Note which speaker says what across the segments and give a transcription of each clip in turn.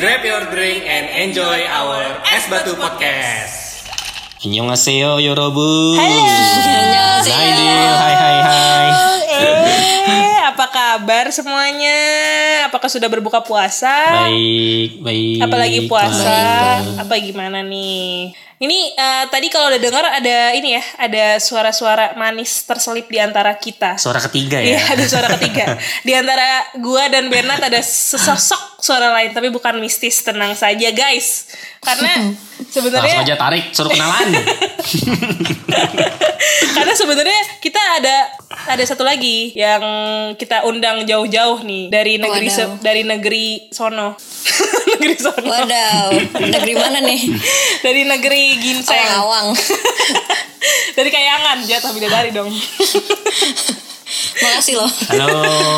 Speaker 1: Grab your drink and enjoy our Es Batu Podcast.
Speaker 2: Annyeonghaseyo Yorobu.
Speaker 3: Halo.
Speaker 2: Hai.
Speaker 3: Apa kabar semuanya? Apakah sudah berbuka puasa?
Speaker 2: Baik.
Speaker 3: Apalagi puasa?
Speaker 2: Baik.
Speaker 3: Apa gimana nih? Ini tadi kalau udah dengar ada ini ya, ada suara-suara manis terselip di antara kita.
Speaker 2: Suara ketiga ya?
Speaker 3: Iya, ada suara ketiga. Di antara gua dan Bernard ada sesosok suara lain, tapi bukan mistis, tenang saja guys. Karena sebenarnya
Speaker 2: langsung aja tarik, suruh kenalan.
Speaker 3: karena sebenarnya kita ada satu lagi yang kita undang jauh-jauh nih dari negeri sono. Negeri sono.
Speaker 4: Wadaw, negeri mana nih?
Speaker 3: Dari negeri ginseng.
Speaker 4: Awang.
Speaker 3: Dari Kayangan, jatuh bidadari dong.
Speaker 4: Makasih loh.
Speaker 2: Halo,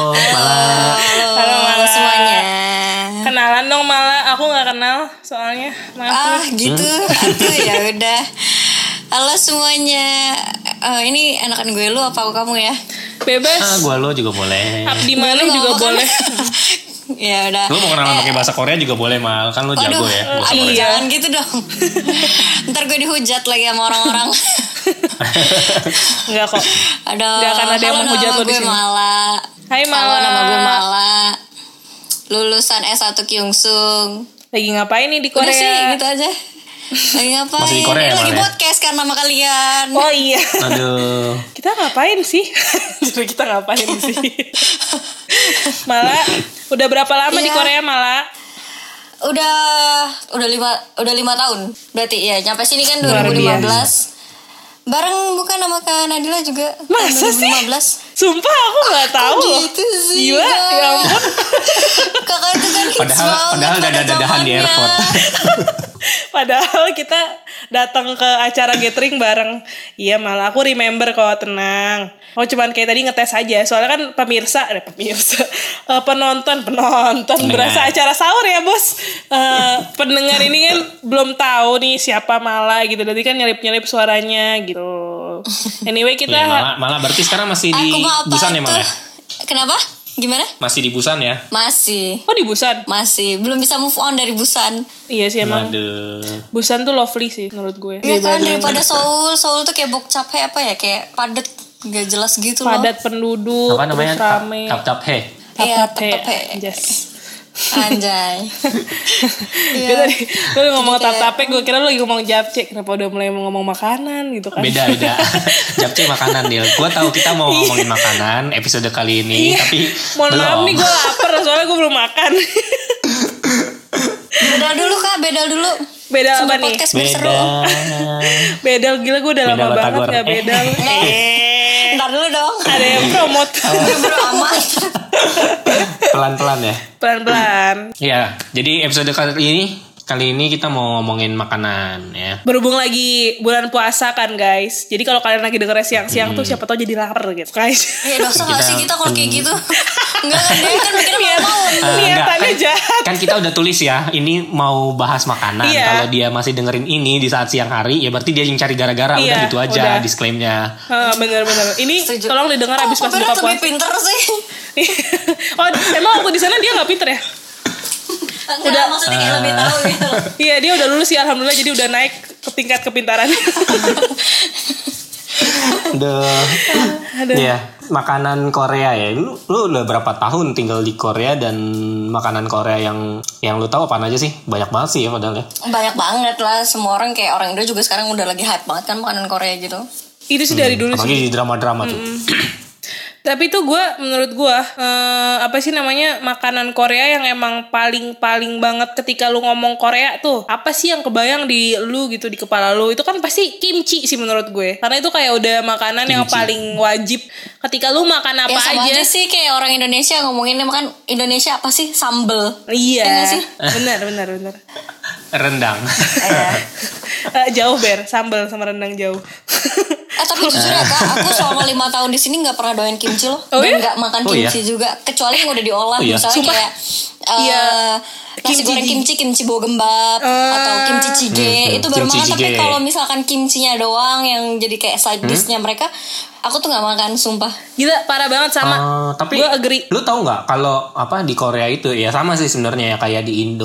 Speaker 4: Halo semuanya.
Speaker 3: Kenalan dong Mala, aku nggak kenal soalnya. Maaf.
Speaker 4: Gitu. Atuh ya udah. Halo semuanya. Ini enakan gue lu apa kamu ya?
Speaker 3: Bebas.
Speaker 2: Gua lo juga boleh.
Speaker 3: Abdi mana juga boleh.
Speaker 4: Ya udah.
Speaker 2: Lu mau kenalan pakai bahasa Korea juga boleh, Mal. Kan lu jago ya bahasa
Speaker 4: Aduh,
Speaker 2: Korea.
Speaker 4: jangan gitu dong. Ntar gue dihujat lagi sama orang-orang.
Speaker 3: Enggak kok.
Speaker 4: Aduh.
Speaker 3: Nggak akan ada yang menghujat lo di sini.
Speaker 4: Mala.
Speaker 3: Hai Mala.
Speaker 4: Halo, nama gue Mala. Lulusan S1 Kyungsung.
Speaker 3: Lagi ngapain nih di
Speaker 4: Udah
Speaker 3: Korea?
Speaker 4: sih gitu aja. Lagi ngapain?
Speaker 2: Masih di Korea,
Speaker 4: Lagi
Speaker 2: Mal, ya?
Speaker 4: podcast kan sama kalian.
Speaker 3: Oh iya.
Speaker 2: Aduh.
Speaker 3: Kita ngapain sih? Jadi kita ngapain sih? Mala, udah berapa lama di
Speaker 4: Iya.
Speaker 3: Korea Mala?
Speaker 4: Udah 5 tahun. Berarti ya nyampe sini kan
Speaker 3: Luar
Speaker 4: 2015. Bareng bukan sama Kak Nadila juga.
Speaker 3: Masa sih?
Speaker 4: 2015.
Speaker 3: Sumpah aku nggak tahu loh.
Speaker 4: Gitu sih.
Speaker 3: Gila, ya ampun.
Speaker 4: Kakak itu kan hits
Speaker 2: Padahal
Speaker 4: banget pada
Speaker 2: dadah-dadahan di
Speaker 4: zamannya.
Speaker 2: airport.
Speaker 3: Padahal kita datang ke acara gathering bareng. Iya Malah aku remember kok, tenang. Oh cuman kayak tadi ngetes aja. Soalnya kan penonton berasa acara sahur ya bos. Pendengar ini kan belum tahu nih siapa Mala gitu. Nanti kan nyelip suaranya gitu. Anyway kita
Speaker 2: Iya, malah berarti sekarang masih di
Speaker 4: Aku mau apa
Speaker 2: Busan ya,
Speaker 4: tuh?
Speaker 2: Mal ya?
Speaker 4: Kenapa? Gimana?
Speaker 2: Masih di Busan ya?
Speaker 4: Masih.
Speaker 3: Oh di Busan.
Speaker 4: Masih. Belum bisa move on dari Busan.
Speaker 3: Iya sih emang.
Speaker 2: Waduh.
Speaker 3: Busan tuh lovely sih menurut gue.
Speaker 4: Ya kan daripada Seoul tuh kayak Bokchaphe apa ya, kayak padet gak jelas gitu loh.
Speaker 3: Padat penduduk,
Speaker 2: Apa namanya?
Speaker 3: terus rame.
Speaker 2: Tap he.
Speaker 4: Iya,
Speaker 3: Tap-tape. Yes.
Speaker 4: Anjay.
Speaker 3: Gue tadi lu ngomong
Speaker 4: Jadi kayak-
Speaker 3: tap-tape, gue kira lu lagi ngomong japce. Kenapa udah mulai ngomong makanan gitu kan?
Speaker 2: Beda. Japce makanan, Dil. Gua tahu kita mau ngomongin makanan episode kali ini, tapi
Speaker 3: Mohon
Speaker 2: belum.
Speaker 3: maaf nih, gue lapar soalnya gue belum makan.
Speaker 4: Bedal dulu Kak, bedal dulu.
Speaker 3: Bedal apa
Speaker 4: Sampai
Speaker 3: nih?
Speaker 4: podcast biar seru.
Speaker 3: Bedal, gila gue udah
Speaker 2: Bedal
Speaker 3: lama banget
Speaker 2: Batagor.
Speaker 3: gak bedal.
Speaker 4: Ntar dulu dong.
Speaker 3: Ada yang promote.
Speaker 4: Buru amat.
Speaker 2: Pelan-pelan ya.
Speaker 3: Pelan-pelan.
Speaker 2: Ya, jadi episode kali ini kita mau ngomongin makanan ya.
Speaker 3: Berhubung lagi bulan puasa kan guys. Jadi kalau kalian lagi dengernya siang-siang tuh siapa tahu jadi lapar gitu guys.
Speaker 4: Ya dosa gak sih kita kalau kayak gitu? Enggak kan, dia kan mikirnya mau.
Speaker 3: Niatannya
Speaker 2: enggak,
Speaker 3: jahat.
Speaker 2: Kan kita udah tulis ya, ini mau bahas makanan.
Speaker 3: Iya.
Speaker 2: Kalau dia masih dengerin ini di saat siang hari, ya berarti dia yang cari gara-gara. Udah
Speaker 3: Iya,
Speaker 2: gitu aja
Speaker 3: udah.
Speaker 2: disclaimnya.
Speaker 3: Bener-bener. Ini
Speaker 4: Setuju.
Speaker 3: tolong didengar abis pas buka
Speaker 4: Berat lebih
Speaker 3: puasa.
Speaker 4: pinter sih.
Speaker 3: Oh emang waktu di sana dia nggak pinter ya?
Speaker 4: Enggak, maksudnya kayak lebih tahu gitu loh.
Speaker 3: Iya dia udah lulus sih alhamdulillah, jadi udah naik ke tingkat kepintaran. Aduh.
Speaker 2: Iya, makanan Korea ya. Lu udah berapa tahun tinggal di Korea, dan makanan Korea yang lu tahu apaan aja sih? Banyak banget sih ya padahal ya.
Speaker 4: Banyak banget lah, semua orang kayak orang Indo juga sekarang udah lagi hype banget kan makanan Korea gitu.
Speaker 3: Itu sih dari dulu
Speaker 2: Apalagi
Speaker 3: sih.
Speaker 2: di drama-drama tuh.
Speaker 3: Tapi itu menurut gue apa sih namanya, makanan Korea yang emang paling banget ketika lu ngomong Korea tuh apa sih yang kebayang di lu gitu, di kepala lu itu kan pasti kimchi sih menurut gue, karena itu kayak udah makanan yang
Speaker 2: Kimchi.
Speaker 3: paling wajib ketika lu makan apa
Speaker 4: Ya sama
Speaker 3: aja.
Speaker 4: aja sih kayak orang Indonesia ngomonginnya makan Indonesia apa sih? Sambel.
Speaker 3: Iya,
Speaker 4: Iya nggak sih?
Speaker 3: benar.
Speaker 2: Rendang.
Speaker 3: Jauh Ber, sambal sama rendang jauh.
Speaker 4: Tapi jujur ya Kak, aku selama 5 tahun di sini nggak pernah doyan kimchi loh.
Speaker 3: Oh
Speaker 4: Dan
Speaker 3: iya?
Speaker 4: nggak makan
Speaker 2: Oh
Speaker 4: kimchi
Speaker 2: iya?
Speaker 4: juga, kecuali yang udah diolah.
Speaker 2: Oh iya?
Speaker 4: Misalnya
Speaker 3: Sumpah.
Speaker 4: kayak
Speaker 3: Iya.
Speaker 4: nasi goreng kimchi bogembap atau kimchi jjigae itu baru
Speaker 2: Kimchi
Speaker 4: makan. Tapi
Speaker 2: jjigae.
Speaker 4: kalau misalkan kimchinya doang yang jadi kayak side dishnya mereka, aku tuh nggak makan, sumpah.
Speaker 3: Gila parah banget sama.
Speaker 2: Tapi
Speaker 3: Gue agree.
Speaker 2: lu tahu nggak kalau apa di Korea itu ya sama sih sebenarnya ya kayak di Indo.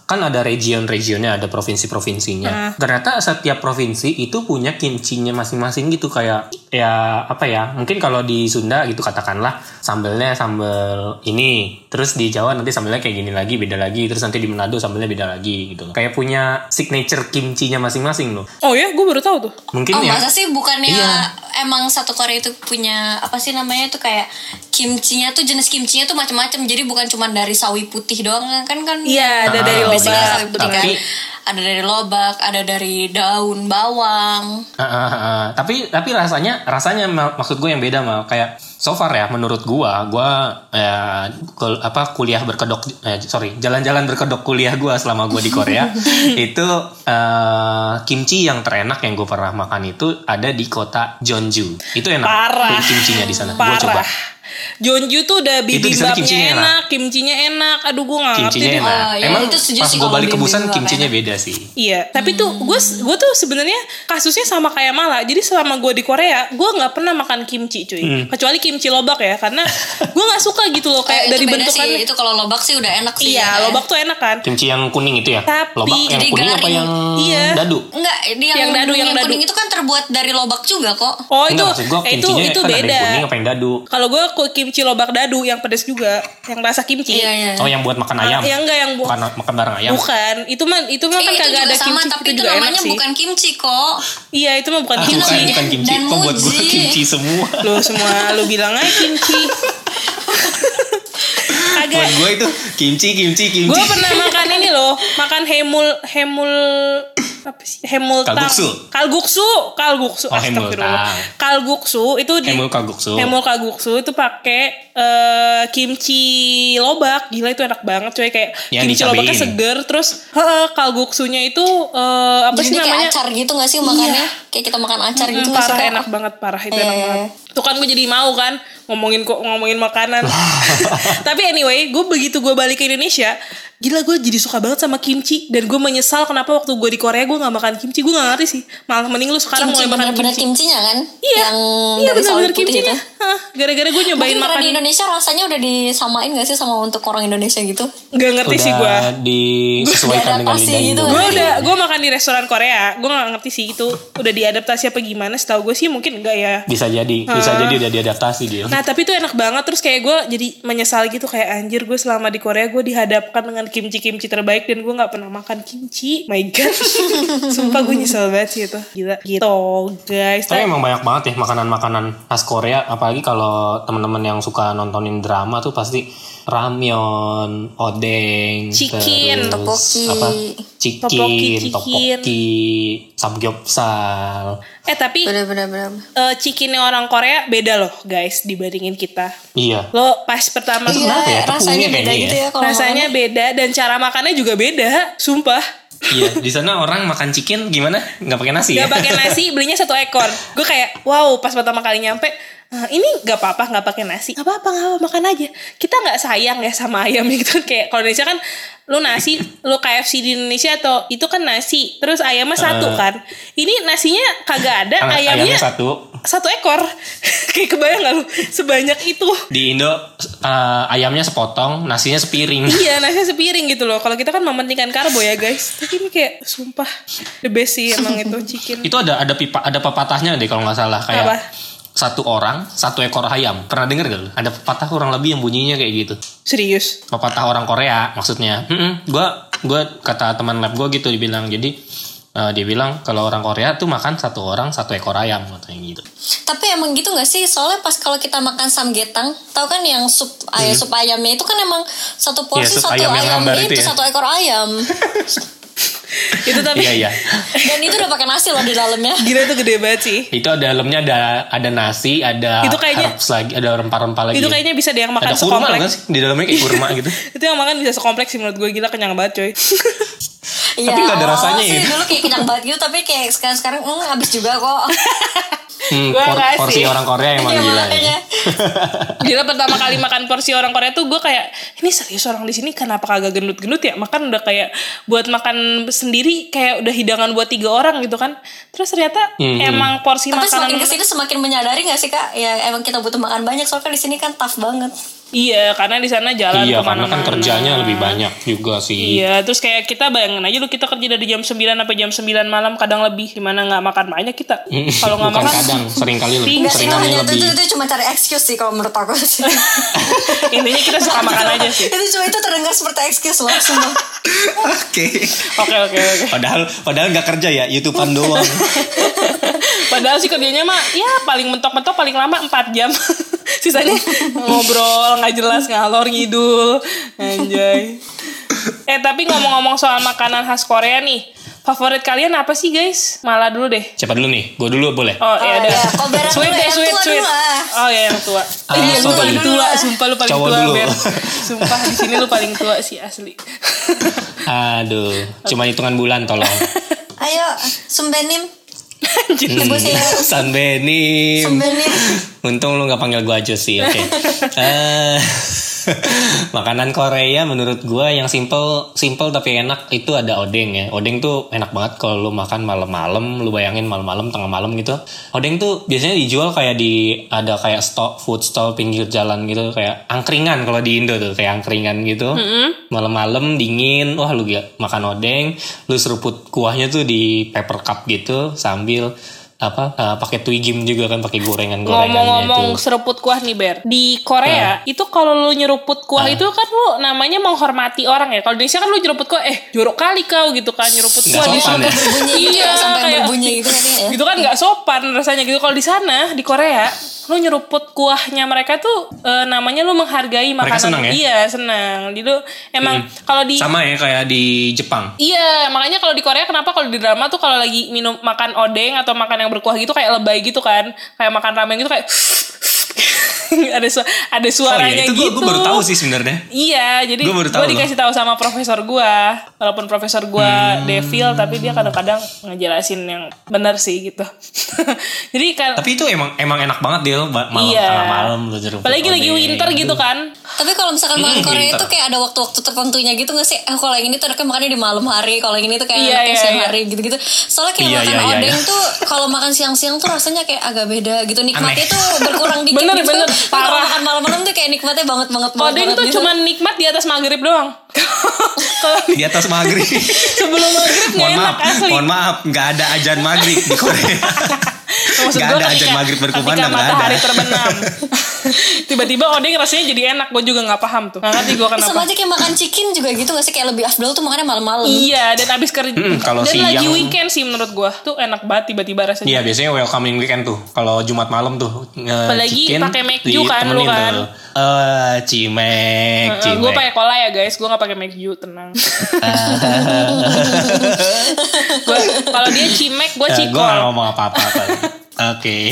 Speaker 2: kan ada region-regionnya, ada provinsi-provinsinya. Ternyata setiap provinsi itu punya kimchinya masing-masing gitu, kayak ya apa ya? Mungkin kalau di Sunda gitu katakanlah sambelnya sambel ini, terus di Jawa nanti sambelnya kayak gini lagi, beda lagi, terus nanti di Manado sambelnya beda lagi gitu. Kayak punya signature kimchinya masing-masing loh.
Speaker 3: Oh ya, gue baru tahu tuh.
Speaker 2: Mungkin
Speaker 4: Oh
Speaker 2: ya.
Speaker 4: masa sih bukannya
Speaker 2: Iya.
Speaker 4: emang satu Korea itu punya apa sih namanya tuh kayak kimchinya tuh jenis kimchinya tuh macam-macam, jadi bukan cuma dari sawi putih doang kan
Speaker 3: Iya, ada dari
Speaker 4: basicnya
Speaker 3: lobak.
Speaker 4: sawi putih kan,
Speaker 2: Tapi-
Speaker 4: ada dari lobak, ada dari daun bawang.
Speaker 2: Tapi rasanya maksud gue yang beda mah, kayak so far ya menurut gue ya kuliah berkedok jalan-jalan berkedok kuliah gue selama gue di Korea itu kimchi yang terenak yang gue pernah makan itu ada di kota Jeonju. Itu enak.
Speaker 3: Parah.
Speaker 2: Kimchinya di sana. Gue
Speaker 3: Parah.
Speaker 2: coba.
Speaker 3: Jeonju tuh udah
Speaker 2: Itu di sana kimchinya
Speaker 3: bibimbapnya enak, kimchinya enak. Aduh, gue gak ngerti
Speaker 2: Kimchinya
Speaker 3: deh.
Speaker 2: enak.
Speaker 4: Oh, ya,
Speaker 2: Emang
Speaker 4: itu setuju
Speaker 2: pas
Speaker 4: sih
Speaker 2: gue
Speaker 4: kalau
Speaker 2: balik ke Busan
Speaker 4: bibimbap
Speaker 2: kimchinya
Speaker 4: enak.
Speaker 2: beda sih.
Speaker 3: Iya, tapi tuh gue tuh sebenarnya kasusnya sama kayak Mala. Jadi selama gue di Korea, gue nggak pernah makan kimchi, cuy. Kecuali kimchi lobak ya, karena gue nggak suka gitu loh kayak
Speaker 4: Itu
Speaker 3: dari
Speaker 4: beda
Speaker 3: bentukannya.
Speaker 4: sih, itu kalau lobak sih udah enak sih.
Speaker 3: Iya,
Speaker 4: ya,
Speaker 3: lobak tuh enak kan.
Speaker 2: Kimchi yang kuning itu ya?
Speaker 3: Tapi
Speaker 2: Lobak yang
Speaker 4: jadi
Speaker 2: kuning apa
Speaker 4: garing.
Speaker 2: yang
Speaker 3: Iya.
Speaker 2: dadu?
Speaker 4: Enggak,
Speaker 3: Yang dadu, yang dadu.
Speaker 4: kuning itu kan terbuat dari lobak juga kok.
Speaker 3: Oh itu,
Speaker 2: Enggak, maksud gue
Speaker 3: itu
Speaker 2: kimchinya kan ada
Speaker 3: beda.
Speaker 2: yang kuning apa yang dadu?
Speaker 3: Kalau gue kimchi lobak dadu yang pedes juga, yang rasa kimchi.
Speaker 4: Iya.
Speaker 2: Oh yang buat makan ayam?
Speaker 3: Yang enggak yang
Speaker 2: Bukan makan bareng ayam?
Speaker 3: Bukan, itu mah kan
Speaker 4: Itu
Speaker 3: kagak
Speaker 4: juga
Speaker 3: ada
Speaker 4: sama,
Speaker 3: kimchi,
Speaker 4: tapi itu
Speaker 3: juga enak
Speaker 4: namanya
Speaker 3: sih.
Speaker 4: bukan kimchi kok.
Speaker 3: Iya, itu mah bukan
Speaker 2: Ah,
Speaker 3: kimchi.
Speaker 2: bukan kimchi.
Speaker 4: Dan
Speaker 2: Kok buat gue
Speaker 4: muji.
Speaker 2: kimchi semua?
Speaker 3: Lu semua lu bilang aja kimchi. Kagak.
Speaker 2: Buat gue itu kimchi.
Speaker 3: Gue pernah makan ini loh, makan hemul apa sih? Hemul tang.
Speaker 2: Kalguksu.
Speaker 3: Kalguksu.
Speaker 2: Oh, hemul
Speaker 3: Astagfirullah.
Speaker 2: tang.
Speaker 3: Kalguksu itu
Speaker 2: Hemul kalguksu.
Speaker 3: Hemul kalguksu itu pakai kimchi lobak. Gila itu enak banget coy, kayak
Speaker 2: Yang
Speaker 3: kimchi
Speaker 2: dicabein.
Speaker 3: lobaknya seger, terus kalguksunya itu apa
Speaker 4: Jadi
Speaker 3: sih
Speaker 4: kayak
Speaker 3: namanya?
Speaker 4: acar gitu gak sih makannya? Kayak kita makan acar gitu gak sih
Speaker 3: Parah,
Speaker 4: kok?
Speaker 3: enak banget, parah itu enak
Speaker 4: Iya.
Speaker 3: banget. Tuh kan gue jadi mau kan ngomongin makanan. Tapi anyway, begitu gue balik ke Indonesia, gila gue jadi suka banget sama kimchi, dan gue menyesal kenapa waktu gue di Korea gue nggak makan kimchi. Gue nggak ngerti sih. Malah mending lu sekarang
Speaker 4: Kimchi
Speaker 3: mulai makan
Speaker 4: bener-bener
Speaker 3: kimchi.
Speaker 4: kimchinya kan?
Speaker 3: Iya,
Speaker 4: Yang
Speaker 3: iya
Speaker 4: dari sawi
Speaker 3: benar-benar
Speaker 4: putih
Speaker 3: kimchinya.
Speaker 4: itu.
Speaker 3: Hah, gara-gara gue nyobain
Speaker 4: Mungkin karena
Speaker 3: makan.
Speaker 4: di Indonesia rasanya udah disamain gak sih sama untuk orang Indonesia gitu?
Speaker 3: Gak ngerti sih gue.
Speaker 2: Udah disesuaikan dengan
Speaker 4: Diadaptasi
Speaker 2: lidah
Speaker 4: gitu
Speaker 2: Indo.
Speaker 4: kan?
Speaker 3: Gue makan di restoran Korea. Gue nggak ngerti sih itu udah diadaptasi apa gimana. Setahu gue sih mungkin enggak ya.
Speaker 2: Bisa jadi udah diadaptasi dia.
Speaker 3: Nah tapi itu enak banget. Terus kayak gue jadi menyesal gitu, kayak anjir gue selama di Korea gue dihadapkan dengan kimchi terbaik dan gue nggak pernah makan kimchi. My god. Sumpah gue nyesel banget sih itu. Gila gitu guys.
Speaker 2: Tapi emang banyak banget ya makanan-makanan khas Korea. Apalagi kalau teman-teman yang suka nontonin drama tuh pasti ramyeon, odeng,
Speaker 3: Chicken,
Speaker 2: terus
Speaker 4: tteokbokki.
Speaker 2: apa?
Speaker 3: Tteokbokki,
Speaker 2: Tteokbokki, samgyeopsal.
Speaker 3: Tapi
Speaker 4: Bener-bener.
Speaker 3: chickennya orang Korea beda loh guys dibandingin kita.
Speaker 2: Iya.
Speaker 3: Lo pas pertama
Speaker 2: Itu kenapa ya?
Speaker 4: rasanya
Speaker 2: Tepungnya
Speaker 4: beda
Speaker 2: kayaknya
Speaker 4: gitu
Speaker 2: ya.
Speaker 4: ya kalau
Speaker 3: rasanya
Speaker 4: makan.
Speaker 3: beda dan cara makannya juga beda. Sumpah.
Speaker 2: Iya, di sana orang makan chicken gimana? Nggak pakai nasi ya?
Speaker 3: Gak pakai nasi, belinya 1 ekor. Gue kayak wow, pas pertama kali nyampe, ini gak apa-apa nggak pakai nasi. Gak apa-apa, makan aja. Kita nggak sayang ya sama ayam gitu. Kayak kalau Indonesia kan, lu nasi, lu KFC di Indonesia atau itu kan nasi, terus ayamnya 1 kan. Ini nasinya kagak ada, ayamnya
Speaker 2: 1.
Speaker 3: 1 ekor. Kayak kebayang gak lu sebanyak itu?
Speaker 2: Di Indo ayamnya sepotong, nasinya sepiring.
Speaker 3: Iya, nasinya sepiring gitu loh. Kalau kita kan mementingkan karbo ya guys. Tapi ini kayak sumpah the best sih emang itu chicken.
Speaker 2: Itu ada pepatahnya deh kalau nggak salah, kayak
Speaker 3: Apa?
Speaker 2: 1 orang 1 ekor ayam. Pernah denger gak lu? Ada pepatah kurang lebih yang bunyinya kayak gitu.
Speaker 3: Serius.
Speaker 2: Pepatah orang Korea maksudnya. Gue kata teman lab gue gitu dibilang. Jadi dia bilang kalau orang Korea tuh makan 1 orang 1 ekor ayam katanya gitu.
Speaker 4: Tapi emang gitu gak sih? Soalnya pas kalau kita makan samgyetang, tahu kan yang sup ayamnya itu kan emang 1 porsi
Speaker 2: Iya, sup
Speaker 4: 1
Speaker 2: ayam yang
Speaker 4: ayam
Speaker 2: hambar
Speaker 4: itu
Speaker 2: itu ya.
Speaker 4: 1 ekor ayam.
Speaker 3: Itu tapi
Speaker 2: Iya.
Speaker 4: Dan itu udah pakai nasi loh di dalamnya.
Speaker 3: gila itu gede banget sih.
Speaker 2: Itu dalamnya ada nasi, ada
Speaker 3: Itu kayaknya-
Speaker 2: herbs lagi, ada rempah-rempah lagi.
Speaker 3: Itu kayaknya bisa deh yang makan
Speaker 2: ada kurma kan
Speaker 3: sekompleks.
Speaker 2: sih di dalamnya kayak kurma gitu.
Speaker 3: Itu yang makan bisa sekompleks sih menurut gue, gila kenyang banget coy.
Speaker 4: Iya,
Speaker 2: Tapi nggak ada
Speaker 4: awal-awal
Speaker 2: rasanya
Speaker 4: sih
Speaker 2: ya.
Speaker 4: dulu kayak kenyang banget gitu, tapi kayak sekarang habis juga kok.
Speaker 3: Gua nggak
Speaker 2: Porsi
Speaker 3: sih.
Speaker 2: orang Korea emang
Speaker 4: Iya,
Speaker 2: gila ya.
Speaker 4: makanya.
Speaker 3: Gila pertama kali makan porsi orang Korea tuh gue kayak ini serius orang di sini kenapa kagak gendut-gendut ya, makan udah kayak buat makan sendiri kayak udah hidangan buat 3 orang gitu kan. Terus ternyata emang porsi
Speaker 4: Tapi
Speaker 3: makanan
Speaker 4: semakin kesini semakin menyadari gak sih kak? Ya emang kita butuh makan banyak soalnya kan di sini kan tough banget.
Speaker 3: Iya, karena di sana jalan
Speaker 2: Iya,
Speaker 3: kemana-mana.
Speaker 2: karena kan kerjanya lebih banyak juga sih.
Speaker 3: Iya, terus kayak kita bayangin aja lu kita kerja dari jam 9 sampai jam 9 malam kadang lebih, dimana nggak makan banyak kita. Kalau nggak
Speaker 2: Bukan
Speaker 3: makan
Speaker 2: kadang, sering kali lebih.
Speaker 4: Enggak sih,
Speaker 2: Sering kali
Speaker 4: namanya
Speaker 2: lebih.
Speaker 4: itu cuma cari excuse sih kalau menurut aku sih.
Speaker 3: intinya kita suka makan aja sih.
Speaker 4: itu terdengar seperti excuse loh semua.
Speaker 1: Oke.
Speaker 3: Oke.
Speaker 2: Padahal nggak kerja ya, YouTubean doang.
Speaker 3: Padahal sih kerjanya mah ya paling mentok-mentok paling lama 4 jam. Sisanya ngobrol nggak jelas ngalor ngidul. Anjay. Tapi ngomong-ngomong soal makanan khas Korea nih, favorit kalian apa sih guys? Malah dulu deh.
Speaker 2: Siapa dulu nih? Gue dulu boleh?
Speaker 3: Oh ya udah.
Speaker 4: iya. Koberan
Speaker 3: Sweet
Speaker 4: dulu,
Speaker 3: deh,
Speaker 4: yang
Speaker 3: sweet.
Speaker 4: tua dulu lah.
Speaker 3: Oh ya yang tua. Iya lu
Speaker 2: sorry.
Speaker 3: paling tua, sumpah lu paling
Speaker 2: Cowok
Speaker 3: tua,
Speaker 2: dulu.
Speaker 3: Ber. Sumpah di sini lu paling tua sih asli.
Speaker 2: Aduh, cuma hitungan bulan tolong.
Speaker 4: Ayo, Sumbenim.
Speaker 2: Sanbenim.
Speaker 4: Sumbenim.
Speaker 2: Untung lu gak panggil gue aja sih. Oke. Makanan Korea menurut gue yang simple tapi enak itu ada odeng ya. Odeng tuh enak banget kalau lu makan malam-malam. Lu bayangin malam-malam tengah malam gitu. Odeng tuh biasanya dijual kayak ada kayak food stall pinggir jalan gitu, kayak angkringan kalau di Indo tuh, kayak angkringan gitu. Malam-malam dingin, wah lu makan odeng, lu seruput kuahnya tuh di paper cup gitu sambil pakai twigim juga kan, pakai gorengannya
Speaker 3: Ngomong-ngomong
Speaker 2: itu.
Speaker 3: seruput kuah nih Ber, di Korea itu kalau lu nyeruput kuah itu kan lu namanya menghormati orang ya. Kalau di Indonesia kan lu nyeruput kuah jorok kali kau gitu kan, nyeruput
Speaker 2: Nggak
Speaker 3: kuah
Speaker 2: sopan ya?
Speaker 4: Berbunyi gitu
Speaker 3: Iya,
Speaker 4: ya, sampai
Speaker 3: kayak-
Speaker 4: berbunyi gitu kan ya.
Speaker 3: Itu kan nggak sopan rasanya gitu. Kalau di sana di Korea lu nyeruput kuahnya mereka tuh namanya lu menghargai makanan.
Speaker 2: Mereka senang ya?
Speaker 3: Iya senang. Jadi emang kalau di
Speaker 2: Sama ya kayak di Jepang.
Speaker 3: Iya, makanya kalau di Korea kenapa kalau di drama tuh kalau lagi makan odeng atau makan yang berkuah gitu kayak lebay gitu kan. Kayak makan ramen gitu kayak ada suaranya
Speaker 2: itu
Speaker 3: gitu.
Speaker 2: gue baru tahu sih sebenarnya.
Speaker 3: Iya, jadi
Speaker 2: Gua baru tahu
Speaker 3: gue dikasih tahu sama profesor gue. Walaupun profesor gue devil, tapi dia kadang-kadang ngejelasin yang benar sih gitu. Jadi kan
Speaker 2: Tapi itu emang enak banget dia malam
Speaker 3: Iya.
Speaker 2: tengah malam lu jeruk.
Speaker 3: apalagi lagi winter gitu kan.
Speaker 4: Tapi kalau misalkan makan Korea
Speaker 2: pinter.
Speaker 4: itu kayak ada waktu-waktu tertentunya gitu gak sih? Kalau yang ini tuh enaknya makannya di malam hari, kalau yang ini tuh kayak
Speaker 3: Iya,
Speaker 4: enaknya
Speaker 3: iya,
Speaker 4: siang
Speaker 3: iya.
Speaker 4: hari gitu-gitu. Soalnya kayak
Speaker 2: Iya,
Speaker 4: makan
Speaker 2: iya, iya,
Speaker 4: odeng
Speaker 2: iya.
Speaker 4: tuh kalau makan siang-siang tuh rasanya kayak agak beda gitu. Nikmatnya
Speaker 2: Aneh.
Speaker 4: tuh berkurang dikit
Speaker 3: Bener,
Speaker 4: gitu.
Speaker 3: bener.
Speaker 4: Tapi kalau
Speaker 3: Parah.
Speaker 4: makan malam-malam tuh kayak nikmatnya banget
Speaker 3: Odeng tuh
Speaker 4: gitu.
Speaker 3: cuma nikmat di atas maghrib doang. Kalau
Speaker 2: Di atas maghrib.
Speaker 3: sebelum maghrib nggak enak asli.
Speaker 2: Mohon maaf, nggak ada ajan maghrib di Korea.
Speaker 3: Maksud
Speaker 2: Nggak
Speaker 3: gua
Speaker 2: ada
Speaker 3: ketika-
Speaker 2: ajan maghrib berkumandang,
Speaker 3: ketika
Speaker 2: nggak
Speaker 3: matahari
Speaker 2: ada.
Speaker 3: terbenam. Tiba-tiba odeng rasanya jadi enak. Gue juga nggak paham tuh. Nggak ngerti gue
Speaker 4: Sama
Speaker 3: kenapa.
Speaker 4: aja kayak makan chicken juga gitu gak sih? Kayak lebih afdol tuh makannya malam-malam.
Speaker 3: Iya, dan abis kerja
Speaker 2: kalau
Speaker 3: dan lagi
Speaker 2: siang-
Speaker 3: weekend sih menurut gue tuh enak banget tiba-tiba rasanya.
Speaker 2: Iya, biasanya welcoming weekend tuh. Kalau Jumat malam tuh
Speaker 3: Apalagi
Speaker 2: chicken
Speaker 3: pakai McD kan lu
Speaker 2: ditemenin
Speaker 3: kan.
Speaker 2: tuh. Cimek.
Speaker 3: Gue pakai cola ya guys, gue nggak pakai McD, tenang. Kalau dia cimek, gue
Speaker 2: Gue
Speaker 3: cikol.
Speaker 2: gak ngomong apa-apa. Oke.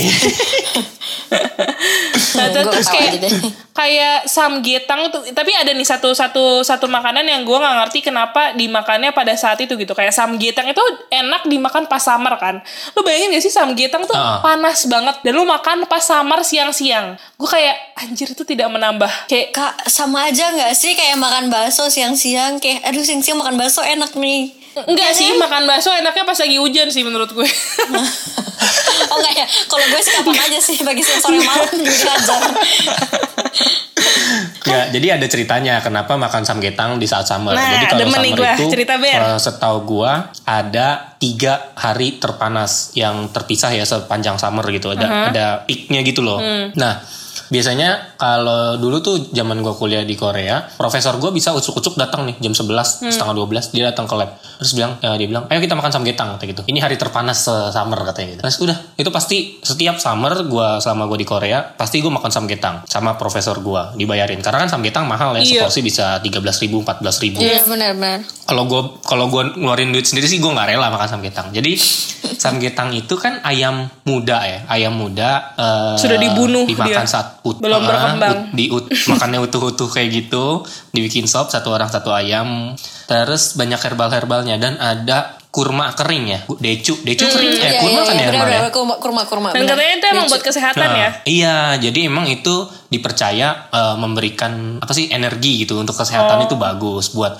Speaker 3: Nah,
Speaker 4: Gua
Speaker 3: terus
Speaker 4: ketawa aja deh.
Speaker 3: kayak samgyetang tuh, tapi ada nih satu makanan yang gue nggak ngerti kenapa dimakannya pada saat itu gitu. Kayak samgyetang itu enak dimakan pas summer kan. Lu bayangin gak sih samgyetang tuh panas banget dan lu makan pas summer siang-siang. Gue kayak anjir itu tidak menambah kayak
Speaker 4: Kak, sama aja gak sih kayak makan bakso siang-siang? Kayak aduh siang-siang makan bakso enak nih.
Speaker 3: enggak sih, makan bakso enaknya pas lagi hujan sih menurut gue.
Speaker 4: Oh enggak ya, kalau gue sih kapan aja sih bagi sore malam juga ajar.
Speaker 2: Ya, jadi ada ceritanya kenapa makan samgyetang di saat summer.
Speaker 3: Nah,
Speaker 2: Jadi kalau
Speaker 3: demen nih
Speaker 2: summer
Speaker 3: gua,
Speaker 2: itu
Speaker 3: cerita, Ber.
Speaker 2: setahu gua ada 3 hari terpanas yang terpisah ya sepanjang summer gitu. Ada peaknya gitu loh. Nah, biasanya kalau dulu tuh zaman gue kuliah di Korea, profesor gue bisa ucuk-ucuk datang nih jam 11 setengah 12 dia datang ke lab terus dia bilang ayo kita makan samgyetang kata gitu, ini hari terpanas summer katanya gitu. Terus udah itu pasti setiap summer selama gue di Korea pasti gue makan samgyetang sama profesor gue dibayarin karena kan samgyetang mahal ya,
Speaker 3: Iya.
Speaker 2: seporsi bisa 13.000 14.000.
Speaker 4: Iya benar-benar.
Speaker 2: Kalau gue ngeluarin duit sendiri sih gue nggak rela makan samgyetang. Jadi samgyetang itu kan ayam muda ya, ayam muda
Speaker 3: Sudah dibunuh
Speaker 2: dimakan
Speaker 3: dia.
Speaker 2: saat
Speaker 3: Belum berkembang.
Speaker 2: makannya utuh-utuh kayak gitu, dibikin sop satu orang satu ayam, terus banyak herbal-herbalnya dan ada kurma kering ya, decu kering kurma kan ya emang ya.
Speaker 4: Kurma.
Speaker 3: Dan katanya itu emang buat kesehatan ya.
Speaker 2: Iya, jadi emang itu dipercaya memberikan apa sih energi gitu untuk kesehatan itu bagus buat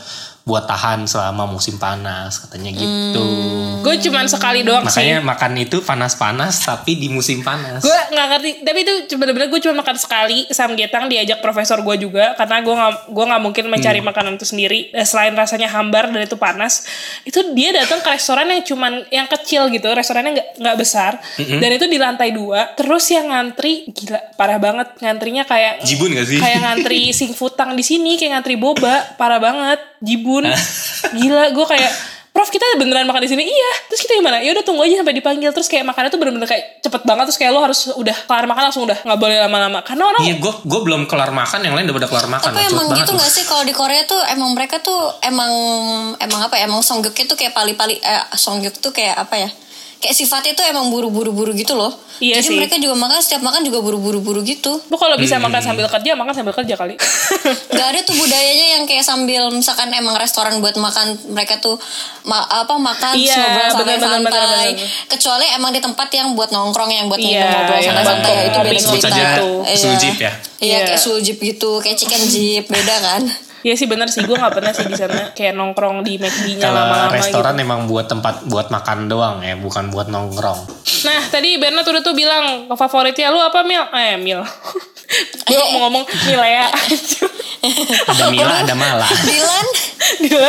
Speaker 2: buat tahan selama musim panas katanya gitu.
Speaker 3: Gue cuman sekali doang sih.
Speaker 2: Makanya makan itu panas-panas tapi di musim panas.
Speaker 3: Gue nggak ngerti, tapi itu bener-bener gue cuma makan sekali samgyetang diajak profesor gue juga, karena gue nggak mungkin mencari makanan itu sendiri. Selain rasanya hambar dan itu panas, itu dia datang ke restoran yang cuman yang kecil gitu, restorannya nggak besar, dan itu di lantai 2. Terus yang ngantri gila parah banget, ngantrinya kayak
Speaker 2: Jibun gak sih?
Speaker 3: Kayak ngantri singfutang di sini, kayak ngantri boba, parah banget, jibun. Gila, gue kayak Prof kita beneran makan di sini? Iya. Terus kita gimana? Ya udah tunggu aja sampai dipanggil. Terus kayak makannya tuh bener-bener kayak cepet banget. Terus kayak lo harus udah kelar makan langsung udah, nggak boleh lama-lama. Karena orang
Speaker 2: gue belum kelar makan, yang lain udah kelar makan.
Speaker 4: Tapi emang gitu nggak sih kalau di Korea tuh emang mereka tuh emang apa ya? Emang songguknya tuh kayak pali-pali. Songguk tuh kayak apa ya? Kayak sifatnya tuh emang buru-buru gitu loh.
Speaker 3: Iya
Speaker 4: jadi
Speaker 3: sih.
Speaker 4: mereka juga makan, setiap makan juga buru-buru gitu.
Speaker 3: lo kalau bisa makan sambil kerja, makan sambil kerja kali.
Speaker 4: Gak ada tuh budayanya yang kayak sambil misalkan emang restoran buat makan, mereka tuh makan
Speaker 3: Iya,
Speaker 4: ngobrol santai-santai.
Speaker 3: bener.
Speaker 4: Kecuali emang di tempat yang buat nongkrong, yang buat
Speaker 3: Iya,
Speaker 4: ngobrol
Speaker 3: yang
Speaker 4: santai-santai
Speaker 3: buat
Speaker 4: itu
Speaker 3: kopi
Speaker 4: beda
Speaker 3: sebut
Speaker 4: cerita.
Speaker 3: saja
Speaker 2: Sulujip ya.
Speaker 4: Iya, kayak sulujip gitu, kayak chicken jeep, beda kan?
Speaker 3: Iya sih bener sih, gue nggak pernah sih di sana kayak nongkrong di McD-nya
Speaker 2: Kalau
Speaker 3: lama-lama
Speaker 2: restoran
Speaker 3: gitu.
Speaker 2: emang buat tempat buat makan doang ya, bukan buat nongkrong.
Speaker 3: Nah tadi Bernard udah tuh bilang favoritnya lu apa Mil? Mil. Gue mau ngomong Milea.
Speaker 2: Ada Mila, ada Mala.
Speaker 4: Dilan,
Speaker 3: Gila.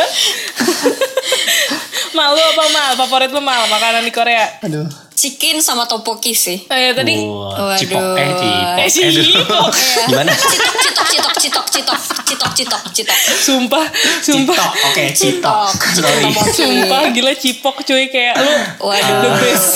Speaker 3: Malu apa Mal? Favorit lu Mal makanan di Korea?
Speaker 2: Aduh.
Speaker 4: chicken sama tteokbokki sih.
Speaker 3: Tadi
Speaker 2: Wah,
Speaker 4: Waduh.
Speaker 2: cipok. Aduh.
Speaker 3: Cipok.
Speaker 2: Gimana?
Speaker 4: Citok.
Speaker 3: Sumpah.
Speaker 2: Citok. Oke, citok. Sorry.
Speaker 3: Sumpah gila cipok cuy, kayak lu
Speaker 4: Waduh.
Speaker 3: the best.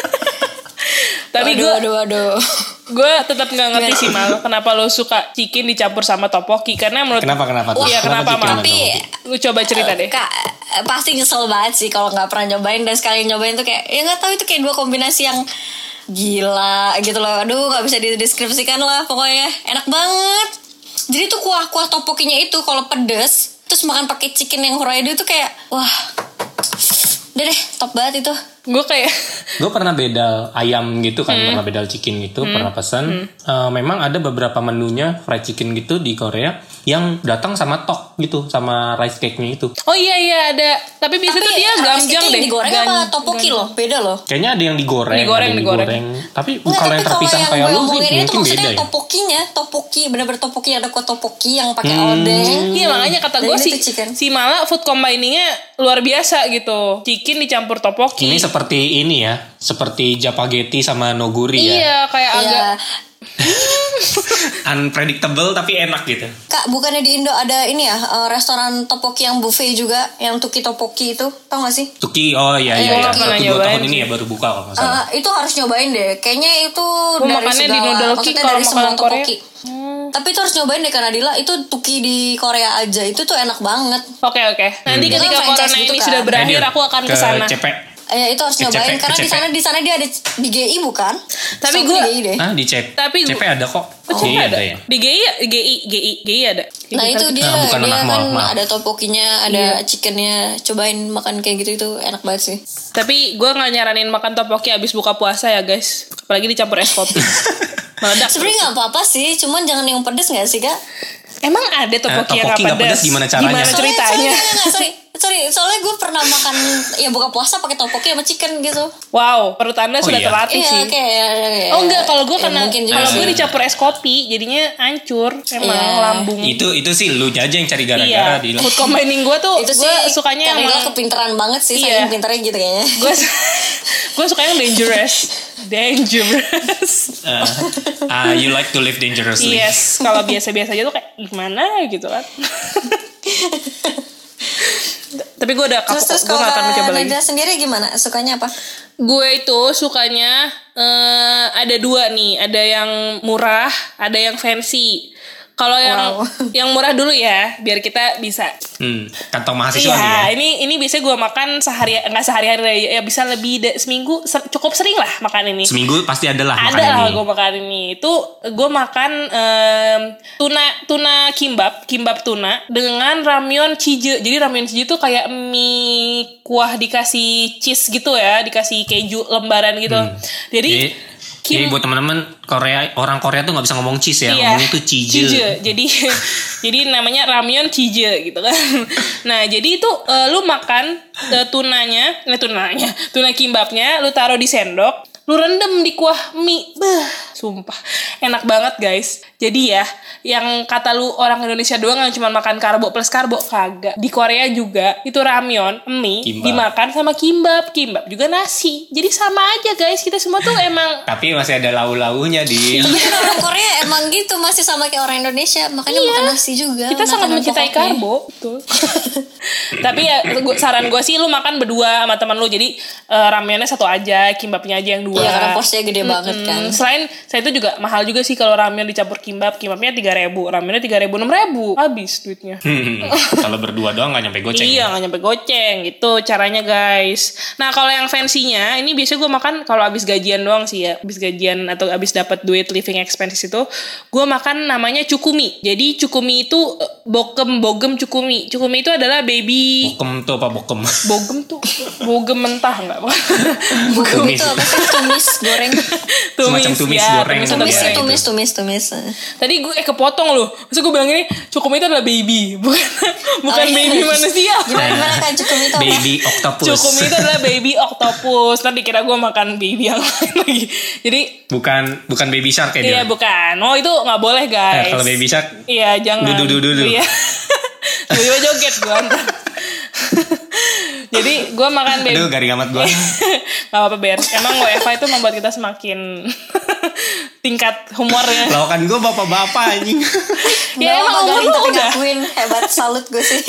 Speaker 3: Tapi
Speaker 4: Waduh.
Speaker 3: gue tetap nggak ngerti sih Mal, kenapa lo suka chicken dicampur sama tteokbokki? Karena menurut
Speaker 2: Kenapa tuh?
Speaker 3: Iya, kenapa
Speaker 2: chicken
Speaker 3: Mal?
Speaker 2: sama
Speaker 4: Tapi
Speaker 2: tteokbokki?
Speaker 3: Lu coba cerita deh.
Speaker 4: Kak, pasti nyesel banget sih kalau nggak pernah nyobain, dan sekali nyobain tuh kayak ya nggak tahu, itu kayak dua kombinasi yang gila gitu loh. Aduh, nggak bisa dideskripsikan lah, pokoknya enak banget. Jadi tuh kuah tteokbokkinya itu kalau pedes terus makan pakai chicken yang Hokkaido itu kayak wah, udah deh, top banget itu.
Speaker 3: Gue kayak
Speaker 2: Gue pernah bedal ayam gitu kan, pernah bedal chicken gitu, pernah pesan. Memang ada beberapa menunya fried chicken gitu di Korea yang datang sama tok gitu, sama rice cake-nya itu.
Speaker 3: oh iya ada, tapi biasanya tuh dia gamjang deh.
Speaker 4: Digoreng apa tteokbokki loh, beda loh.
Speaker 2: Kayaknya ada yang digoreng,
Speaker 3: Digoreng,
Speaker 2: ada yang digoreng. Tapi
Speaker 4: Nggak,
Speaker 2: kalau
Speaker 4: tapi
Speaker 2: yang terpisah kayak
Speaker 4: gue
Speaker 2: lu sih
Speaker 4: omongin itu
Speaker 2: mungkin
Speaker 4: maksudnya
Speaker 2: beda ya.
Speaker 4: tteokbokki, bener-bener tteokbokki, ada kuah tteokbokki yang pakai odeng.
Speaker 3: Iya makanya kata
Speaker 4: Dan
Speaker 3: gue
Speaker 4: ini tuh chicken.
Speaker 3: si Mala food combiningnya luar biasa gitu. Chicken dicampur tteokbokki.
Speaker 2: Ini seperti ini ya, seperti japageti sama noguri ya.
Speaker 3: Iya kayak
Speaker 4: Iya.
Speaker 3: agak
Speaker 2: Unpredictable tapi enak gitu.
Speaker 4: Kak, bukannya di Indo ada ini ya, restoran tteokbokki yang buffet juga, yang Tuki Tteokbokki itu, tau gak sih?
Speaker 2: Tuki, oh iya.
Speaker 3: Iya, pernah
Speaker 2: Itu 2
Speaker 3: nyobain
Speaker 2: tahun ini
Speaker 3: sih.
Speaker 2: ya baru buka kalau nggak salah.
Speaker 4: Itu harus nyobain deh. Kayaknya itu
Speaker 3: Gua
Speaker 4: dari
Speaker 3: makannya di
Speaker 4: segala,
Speaker 3: Noodle Ki
Speaker 4: maksudnya
Speaker 3: kalau
Speaker 4: dari semua
Speaker 3: makanan Korea.
Speaker 4: tteokbokki. Tapi itu harus nyobain deh, karena Dila itu Tuki di Korea aja itu tuh enak banget.
Speaker 3: Oke. Nanti
Speaker 4: Itu
Speaker 3: ketika
Speaker 4: kan franchise
Speaker 3: corona
Speaker 4: gitu
Speaker 3: ini
Speaker 4: kan.
Speaker 3: sudah berakhir,
Speaker 2: Deal.
Speaker 3: aku akan
Speaker 2: ke
Speaker 3: ke sana.
Speaker 2: CP.
Speaker 4: Itu harus nyobain karena di sana dia ada di GI bukan?
Speaker 3: Tapi
Speaker 4: Setahu
Speaker 3: gua-
Speaker 4: di GI deh.
Speaker 2: Di CP.
Speaker 3: Tapi
Speaker 2: CP ada kok.
Speaker 3: Oh,
Speaker 2: GI
Speaker 3: ada.
Speaker 2: ya.
Speaker 3: Di GI ada.
Speaker 4: Nah itu dia,
Speaker 2: bukan
Speaker 4: dia
Speaker 2: anak
Speaker 4: kan
Speaker 2: maaf.
Speaker 4: ada tteokbokkinya, ada
Speaker 3: Iya.
Speaker 4: chickennya. Cobain makan kayak gitu, itu enak banget sih.
Speaker 3: Tapi gue nggak nyaranin makan tteokbokki abis buka puasa ya guys. Apalagi dicampur es kopi. Meledak.
Speaker 4: Sebenarnya nggak apa-apa sih, cuman jangan yang pedes nggak sih Kak?
Speaker 3: Emang ada tteokbokki yang
Speaker 2: tteokbokki
Speaker 3: nggak
Speaker 2: nggak
Speaker 3: pedas?
Speaker 2: pedas, gimana caranya?
Speaker 3: Gimana ceritanya?
Speaker 4: Soalnya gue pernah makan ya buka puasa pakai tteokbokki sama chicken gitu.
Speaker 3: Wow, perut anda sudah
Speaker 2: iya?
Speaker 3: terlatih
Speaker 4: Iya
Speaker 3: sih.
Speaker 4: kayak.
Speaker 3: Oh enggak, kalau gue
Speaker 4: ya,
Speaker 3: kena,
Speaker 4: mungkin juga
Speaker 3: kalau gue
Speaker 4: sih.
Speaker 3: dicampur es kopi jadinya hancur emang
Speaker 4: Iya.
Speaker 3: lambung.
Speaker 2: Itu sih lu aja yang cari gara-gara
Speaker 3: Iya.
Speaker 2: di
Speaker 3: Food combining gue tuh
Speaker 4: Itu
Speaker 3: gue
Speaker 4: sih
Speaker 3: sukanya
Speaker 4: karena
Speaker 3: emang
Speaker 4: kepintaran banget sih,
Speaker 3: Iya.
Speaker 4: saking pintarnya gitu kayaknya.
Speaker 3: gue suka yang dangerous.
Speaker 2: You like to live dangerously.
Speaker 3: Yes, kalau biasa-biasa aja tuh kayak gimana gitu kan. Tapi gue udah kapok,
Speaker 4: Terus
Speaker 3: gue
Speaker 4: kalau
Speaker 3: gak akan mencoba lagi.
Speaker 4: Nada sendiri gimana? Sukanya apa?
Speaker 3: Gue itu sukanya ada 2 nih, ada yang murah, ada yang fancy. Kalau yang murah dulu ya, biar kita bisa.
Speaker 2: Kantong mahasiswa
Speaker 3: Iya,
Speaker 2: nih ya.
Speaker 3: ini biasanya gue makan nggak sehari-hari ya, bisa lebih seminggu, cukup sering lah makan ini.
Speaker 2: Seminggu pasti ada lah makan
Speaker 3: Ada lah
Speaker 2: ini.
Speaker 3: gue makan ini. Itu gue makan tuna kimbap tuna dengan ramyeon chiji. Jadi ramyeon chiji itu kayak mie kuah dikasih cheese gitu ya, dikasih keju lembaran gitu. Jadi
Speaker 2: Jadi buat teman-teman orang Korea tuh nggak bisa ngomong cheese ya,
Speaker 3: iya,
Speaker 2: ngomongnya tuh chiji.
Speaker 3: Jadi Jadi namanya ramyeon chije gitu kan. Nah, jadi itu lu makan tuna kimbapnya, lu taruh di sendok, lu rendem di kuah mie. Sumpah, enak banget guys. Jadi ya, yang kata lu orang Indonesia doang yang cuma makan karbo plus karbo, kagak. Di Korea juga, itu ramyeon, mie, dimakan sama kimbap juga nasi. Jadi sama aja guys, kita semua tuh emang.
Speaker 2: Tapi masih ada lau-launya di.
Speaker 4: Tapi orang Korea emang gitu, masih sama kayak orang Indonesia, makanya makan nasi juga.
Speaker 3: Kita sangat mencintai karbo, betul. Tapi ya, saran gue sih lu makan berdua sama teman lu. Jadi ramyeonnya satu aja, kimbapnya aja yang dua.
Speaker 4: Iya, karena porsinya gede banget kan.
Speaker 3: Selain saya itu juga mahal juga sih kalau ramen dicampur kimbapnya 3.000, ramennya 3.000, 6.000 habis duitnya.
Speaker 2: Kalau berdua doang nggak nyampe goceng.
Speaker 3: Iya, nggak nyampe goceng gitu caranya guys. Nah kalau yang fancy-nya ini biasanya gue makan kalau abis gajian doang sih ya, abis gajian atau abis dapat duit living expenses itu gue makan namanya cukumi. Jadi cukumi itu bogem cukumi. Cukumi itu adalah baby.
Speaker 2: Bokem tuh apa bokem?
Speaker 3: Bogem tuh bogem mentah nggak?
Speaker 4: Bogem itu apa sih? Tumis goreng.
Speaker 2: Semacam tumis goreng.
Speaker 4: Tumis.
Speaker 3: Tadi gue kepotong loh. Maksud gue bilang ini cukumi itu adalah baby, bukan baby manusia.
Speaker 4: Gimana kan cukumi itu?
Speaker 2: Baby octopus.
Speaker 3: Cukumi itu adalah baby octopus. Tadi kira gue makan baby yang lain lagi. Jadi
Speaker 2: bukan baby shark ya dia.
Speaker 3: Iya bukan. Oh itu nggak boleh guys.
Speaker 2: Kalau baby shark.
Speaker 3: Iya jangan.
Speaker 2: Dulu.
Speaker 3: Iya. Tiba-tiba joget gue. Jadi gue makan baby.
Speaker 2: Aduh garing amat gue.
Speaker 3: Gak apa-apa Ber. Emang WFA itu membuat kita semakin tingkat humornya.
Speaker 2: Lawakan gue bapak-bapak anjing.
Speaker 3: Ya emang umur lu udah.
Speaker 4: Ngakuin hebat, salut gue sih.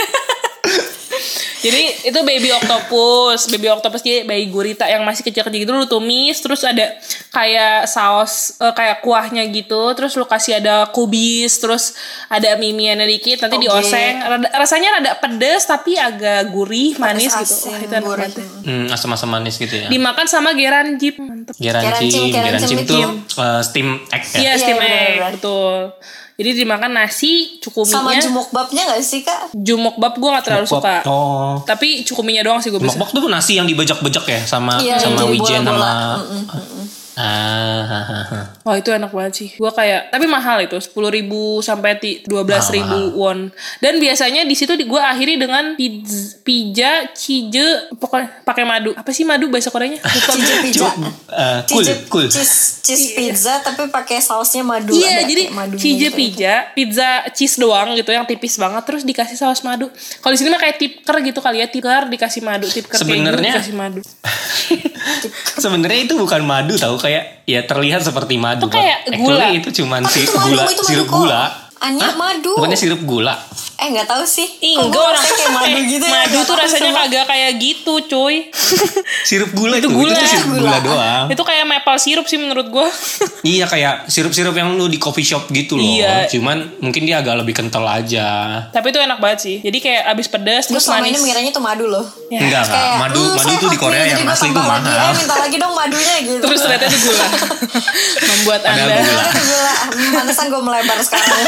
Speaker 3: Jadi itu baby octopus jadi bayi gurita yang masih kecil-kecil gitu lu tumis, terus ada kayak saus kayak kuahnya gitu, terus lu kasih ada kubis, terus ada mie-miannya dikit, nanti dioseng. Rasanya rada pedes tapi agak gurih, manis gitu. Wah, itu enak banget.
Speaker 2: Asam-asam manis gitu ya.
Speaker 3: Dimakan sama geranjip. Mantep.
Speaker 2: Geranjim tuh steam egg ya.
Speaker 3: Iya, steam egg, betul. Jadi dimakan nasi, cukuminya.
Speaker 4: Sama jumokbapnya gak sih kak?
Speaker 3: Jumokbap gue gak terlalu suka.
Speaker 2: Oh.
Speaker 3: Tapi cukuminya doang sih gue bisa.
Speaker 2: Jumokbap tuh nasi yang dibejak-bejak ya sama wijen sama.
Speaker 3: Wah itu enak banget sih. Gue kayak, tapi mahal itu 10.000 sampai 12.000 won. Dan biasanya di situ gue akhiri dengan pizza chije, pokoknya pakai madu. Apa sih madu bahasa Koreanya?
Speaker 4: Pizza.
Speaker 2: Cool.
Speaker 4: Cheese pizza tapi pakai sausnya madu.
Speaker 3: Iya, jadi chije
Speaker 4: gitu.
Speaker 3: pizza cheese doang gitu yang tipis banget, terus dikasih saus madu. Kalau di sini mah kayak tipker gitu kali ya, tipker dikasih madu, tipker
Speaker 2: sebenarnya
Speaker 3: dikasih madu.
Speaker 2: Sebenarnya itu bukan madu tau, kayak ya terlihat seperti madu.
Speaker 3: Itu kayak gula.
Speaker 2: Actually itu cuman sirup
Speaker 4: kok.
Speaker 2: gula.
Speaker 4: Hanya madu.
Speaker 2: Bukannya sirup gula.
Speaker 4: Nggak tahu sih.
Speaker 3: Enggak orang
Speaker 4: kayak madu gitu.
Speaker 3: Madu tuh rasanya kagak kayak gitu, cuy.
Speaker 2: Sirup gula
Speaker 3: itu
Speaker 2: itu tuh sirup gula doang.
Speaker 3: Itu kayak maple sirup sih menurut gua.
Speaker 2: Iya kayak sirup-sirup yang lu di coffee shop gitu loh.
Speaker 3: Iya.
Speaker 2: Cuman mungkin dia agak lebih kental aja.
Speaker 3: Tapi itu enak banget sih. Jadi kayak abis pedas terus
Speaker 4: selama
Speaker 3: manis.
Speaker 4: ini mengiranya itu madu loh.
Speaker 3: Ya.
Speaker 2: Enggak. Madu tuh di Korea yang asli itu mahal.
Speaker 4: Minta lagi dong madunya gitu.
Speaker 3: Terus ternyata itu gula. Membuat Anda
Speaker 2: gula.
Speaker 4: Pantesan gue melebar sekarang.